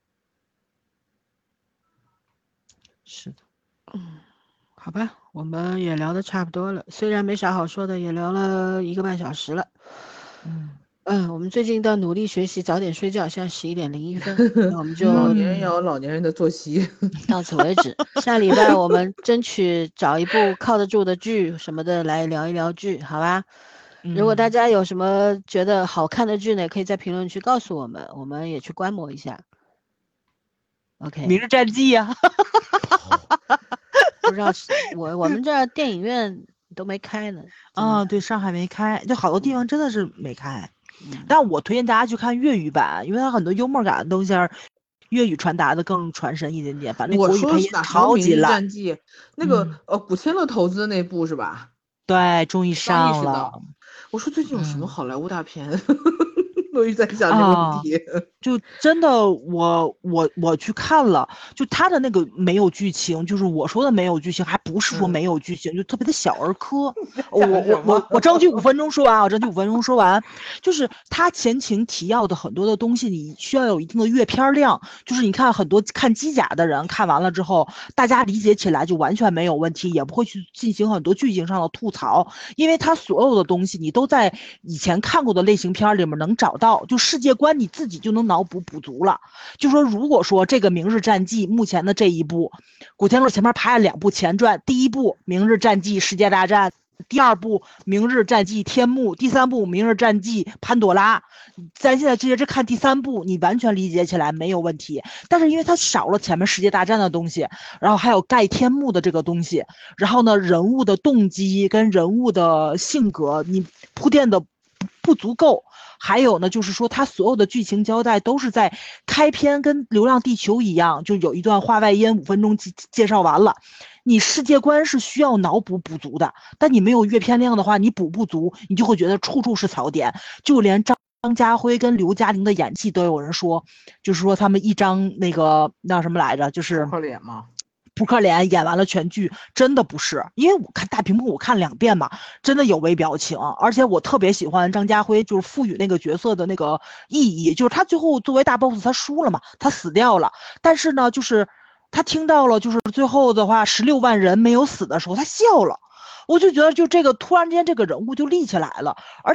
是的， 嗯，好吧，我们也聊得差不多了，虽然没啥好说的，也聊了一个半小时了。 嗯。 嗯，我们最近在努力学习，早点睡觉。现在十一点零一分，那我们就老年人有老年人的作息， 到此为止。下礼拜我们争取找一部靠得住的剧什么的来聊一聊剧，好吧？如果大家有什么觉得好看的剧呢，可以在评论区告诉我们，我们也去观摩一下。OK， 明日战记呀、 啊，不知道是我我们这儿电影院都没开呢。 啊，对，上海没开，就好多地方真的是没开。 嗯、 但我推荐大家去看粤语版，因为它很多幽默感的东西，粤语传达的更传神一点点。反正国语配音超级烂。 战记那个、嗯、呃古天乐投资的那部是吧？ 对，终于上了。 我说最近有什么好莱坞大片？嗯我一直在想这个问题、 啊，就真的我我我去看了，就他的那个没有剧情，就是我说的没有剧情，还不是说没有剧情，嗯、就特别的小儿科。我我我我争取五分钟说完，我争取五分钟说完。就是他前情提要的很多的东西，你需要有一定的阅片量。就是你看很多看机甲的人看完了之后，大家理解起来就完全没有问题，也不会去进行很多剧情上的吐槽，因为他所有的东西你都在以前看过的类型片里面能找到，就世界观你自己就能脑补补足了。就说如果说这个《明日战记》目前的这一部，古天乐前面拍了两部前传，第一部《明日战记世界大战》，第二部《明日战记天幕》，第三部《明日战记潘朵拉》。咱现在直接是看第三部，你完全理解起来没有问题。但是因为它少了前面世界大战的东西，然后还有盖天幕的这个东西，然后呢人物的动机跟人物的性格你铺垫的不足够。还有呢，就是说它所有的剧情交代都是在开篇跟《流浪地球》一样，就有一段话外音五分钟介绍完了。你世界观是需要脑补补足的，但你没有阅片量的话，你补不足，你就会觉得处处是槽点。就连张张家辉跟刘嘉玲的演技都有人说，就是说他们一张那个那什么来着，就是扑克脸吗？ 扑克脸演完了全剧，真的不是，因为我看大屏幕我看两遍嘛，真的有微表情，而且我特别喜欢张家辉，就是赋予那个角色的那个意义，就是他最后作为大 boss 他输了嘛，他死掉了，但是呢，就是他听到了就是最后的话十六万人没有死的时候，他笑了，我就觉得就这个突然间这个人物就立起来了，而且你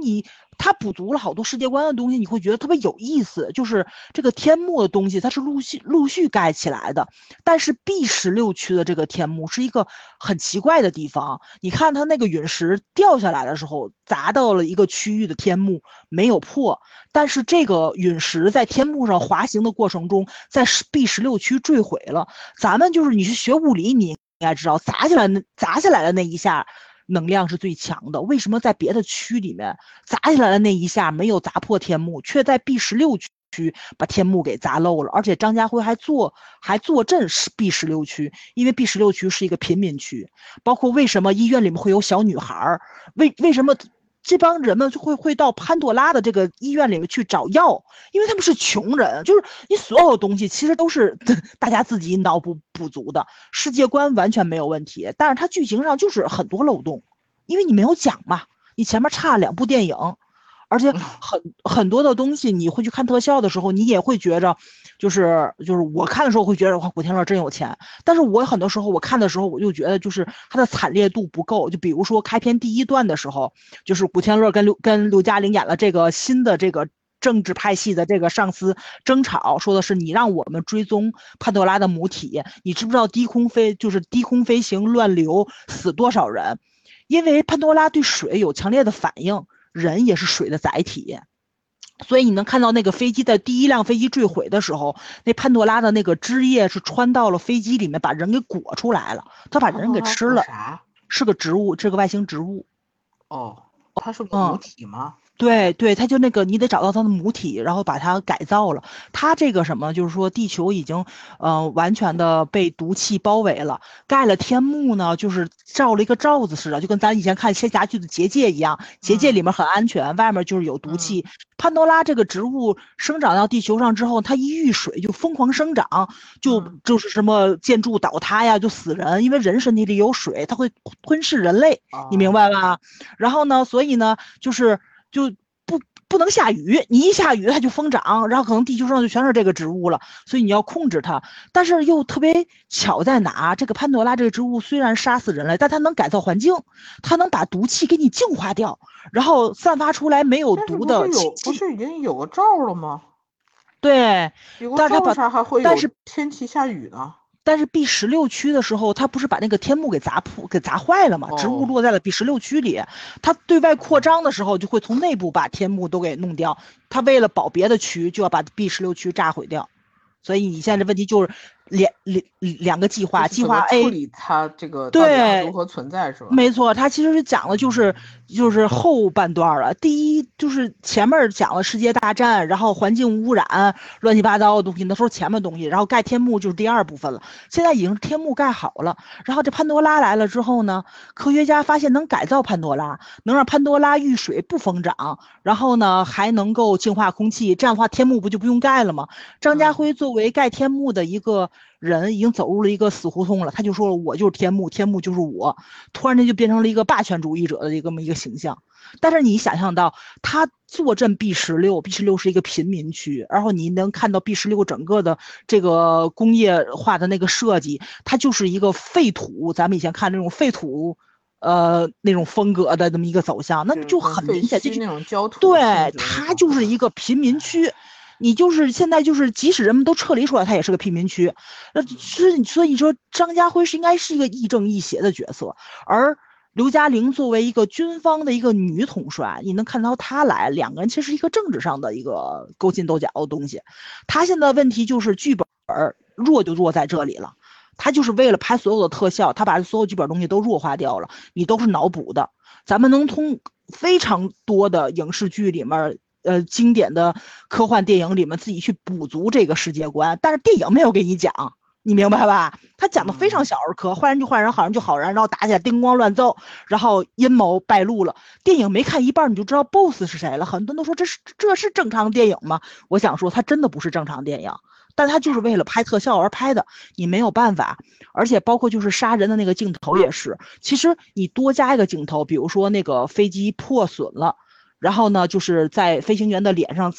你它补足了好多世界观的东西，你会觉得特别有意思。就是这个天幕的东西，它是陆续陆续盖起来的，但是 B 十六区的这个天幕是一个很奇怪的地方。你看它那个陨石掉下来的时候，砸到了一个区域的天幕，没有破，但是这个陨石在天幕上滑行的过程中，在 B 十六区坠毁了。咱们就是你是学物理，你应该知道，砸下来那砸下来的那一下能量是最强的。为什么在别的区里面砸下来的那一下没有砸破天幕，却在 B 十六区把天幕给砸漏了？而且张家辉还坐还坐镇 B 十六区，因为 B 十六区是一个贫民区。包括为什么医院里面会有小女孩，为为什么这帮人们就会会到潘多拉的这个医院里面去找药，因为他们是穷人，就是你所有东西其实都是大家自己脑补补足的，世界观完全没有问题，但是它剧情上就是很多漏洞，因为你没有讲嘛，你前面差两部电影，而且很很多的东西你会去看特效的时候，你也会觉着，就是就是我看的时候会觉得哇，古天乐真有钱，但是我很多时候我看的时候我就觉得就是他的惨烈度不够。就比如说开篇第一段的时候，就是古天乐跟刘跟刘嘉玲演了这个新的这个政治派系的这个上司争吵，说的是你让我们追踪潘多拉的母体，你知不知道低空飞就是低空飞行乱流死多少人？因为潘多拉对水有强烈的反应，人也是水的载体，所以你能看到那个飞机在第一辆飞机坠毁的时候，那潘多拉的那个汁液是穿到了飞机里面，把人给裹出来了，他把人给吃了。 啥？ 是个植物，是个外星植物。 哦，它是个母体吗？ 嗯对对，他就那个你得找到他的母体，然后把它改造了。他这个什么，就是说地球已经呃完全的被毒气包围了，盖了天幕呢，就是罩了一个罩子似的，就跟咱以前看仙侠剧的结界一样，结界里面很安全，嗯、外面就是有毒气。嗯、潘多拉这个植物生长到地球上之后，它一遇水就疯狂生长，就就是什么建筑倒塌呀，就死人，因为人身体里有水，它会吞噬人类，你明白吧？然后呢，所以呢，就是就不不能下雨，你一下雨它就疯长，然后可能地球上就全是这个植物了，所以你要控制它。但是又特别巧在哪？这个潘多拉这个植物虽然杀死人类，但它能改造环境，它能把毒气给你净化掉，然后散发出来没有毒的气。不是已经有个罩了吗？ 对， 有个罩啥还会有天气下雨呢？ 但是 B 十六区的时候，他不是把那个天幕给砸破、给砸坏了吗？植物落在了 B 十六区里，他对外扩张的时候，就会从内部把天幕都给弄掉。他为了保别的区，就要把 B 十六区炸毁掉。所以你现在这问题就是两两两个计划，计划 A 处理它这个对如何存在是吧？ 没错，它其实是讲的就是就是后半段了。第一就是前面讲了世界大战，然后环境污染、乱七八糟的东西，那都是前面东西。然后盖天幕就是第二部分了。现在已经天幕盖好了，然后这潘多拉来了之后呢，科学家发现能改造潘多拉，能让潘多拉遇水不疯长，然后呢还能够净化空气，这样的话天幕不就不用盖了吗？张家辉作为盖天幕的一个人已经走入了一个死胡同了，他就说了我就是天幕，天幕就是我，突然间就变成了一个霸权主义者的一个这么一个形象。但是你想象到他坐镇 B 十六 B 十六是一个贫民区，然后你能看到 B 十六整个的这个工业化的那个设计，它就是一个废土，咱们以前看那种废土呃那种风格的这么一个走向，那就很明显，这那种焦土， 对，它就是一个贫民区。你就是现在就是，即使人们都撤离出来，它也是个贫民区。那所以所以你说张家辉是应该是一个亦正亦邪的角色，而刘嘉玲作为一个军方的一个女统帅，你能看到她来，两个人其实是一个政治上的一个勾心斗角的东西。他现在问题就是剧本弱就弱在这里了，他就是为了拍所有的特效，他把所有剧本东西都弱化掉了，你都是脑补的。咱们能从非常多的影视剧里面。呃，经典的科幻电影里面自己去补足这个世界观，但是电影没有给你讲，你明白吧？他讲的非常小儿科，坏人就坏人，好人就好人，然后打起来叮咣乱揍，然后阴谋败露了。电影没看一半你就知道 boss 是谁了。很多人都说这是这是正常电影吗？我想说它真的不是正常电影，但它就是为了拍特效而拍的，你没有办法。而且包括就是杀人的那个镜头也是，其实你多加一个镜头，比如说那个飞机破损了。然后呢，就是在飞行员的脸上擦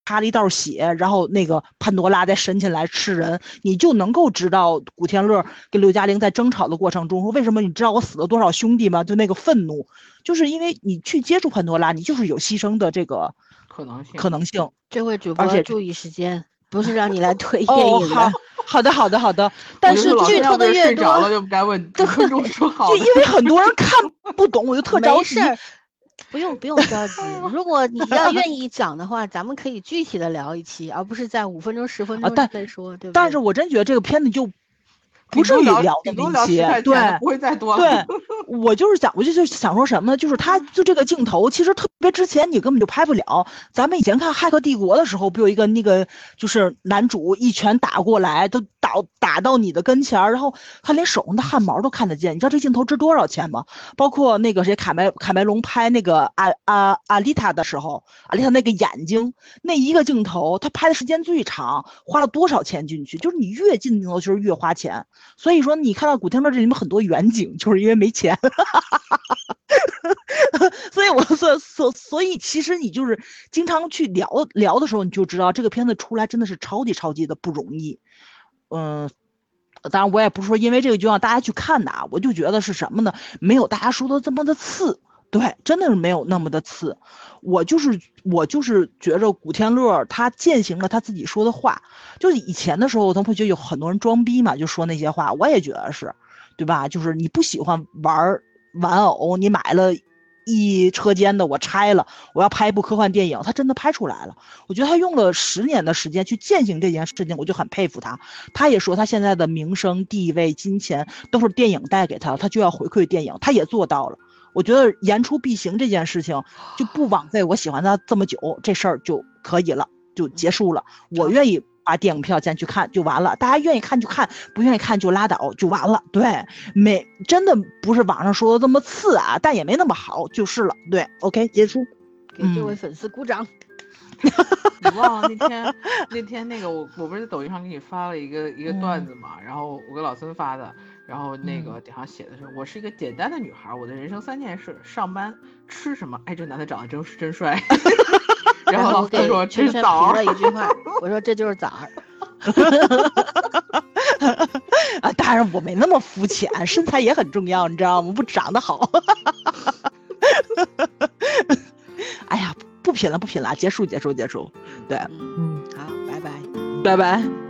插了一道血，然后那个潘多拉再伸进来吃人，你就能够知道古天乐跟刘嘉玲在争吵的过程中说，为什么你知道我死了多少兄弟吗？就那个愤怒，就是因为你去接触潘多拉，你就是有牺牲的这个可能性。 可能性。 这位主而且播注意时间，不是让你来推电哦， 影的。 好好的好的好的，但是剧透的越睡着了就不该问几分钟说好的， 就因为很多人看不懂，我就特着急。 不用不用着急，如果你要愿意讲的话，咱们可以具体的聊一期，而不是在五分钟十分钟再说，啊、对不对？ 但是我真觉得这个片子就不至于聊那么些，对， 不会再多了。 对，我就是想，我就就想说什么呢？就是他就这个镜头，其实特别之前你根本就拍不了。咱们以前看《骇客帝国》的时候，不有一个那个就是男主一拳打过来，都打打到你的跟前儿，然后他连手上的汗毛都看得见。你知道这镜头值多少钱吗？包括那个谁卡梅卡梅隆拍那个阿阿阿丽塔的时候，阿丽塔那个眼睛那一个镜头，他拍的时间最长，花了多少钱进去？就是你越近镜头，就是越花钱。所以说，你看到古天乐这里面很多远景，就是因为没钱。所以我所所所以，其实你就是经常去聊聊的时候，你就知道这个片子出来真的是超级超级的不容易。嗯，当然我也不是说因为这个就让大家去看的，我就觉得是什么呢？没有大家说的这么的次。对，真的是没有那么的次。我就是我就是觉着古天乐他践行了他自己说的话。就是以前的时候，他会觉得有很多人装逼嘛，就说那些话，我也觉得是，对吧？就是你不喜欢玩玩偶，你买了一车间的，我拆了，我要拍一部科幻电影，他真的拍出来了。我觉得他用了十年的时间去践行这件事情，我就很佩服他。他也说他现在的名声、地位、金钱都是电影带给他，他就要回馈电影，他也做到了。我觉得言出必行这件事情就不枉费我喜欢他这么久，这事儿就可以了，就结束了。我愿意把电影票钱去看就完了，大家愿意看就看，不愿意看就拉倒就完了。对，没真的不是网上说的这么次啊，但也没那么好就是了。对 ，OK 结束。 给这位粉丝鼓掌。 嗯、你忘了那天那天那个我我不是在抖音上给你发了一个一个段子嘛、嗯，然后我给老孙发的。然后那个顶上写的是、嗯、我是一个简单的女孩，我的人生三件事：上班、吃什么。哎，这个男的长得真真帅。然后老孙说这是枣儿。了一句话，我说这就是枣儿。 啊，当然我没那么肤浅，身材也很重要，你知道吗？不长得好。哎呀，不品了不品了，结束结束结束。对， 嗯，好，拜拜， 拜拜。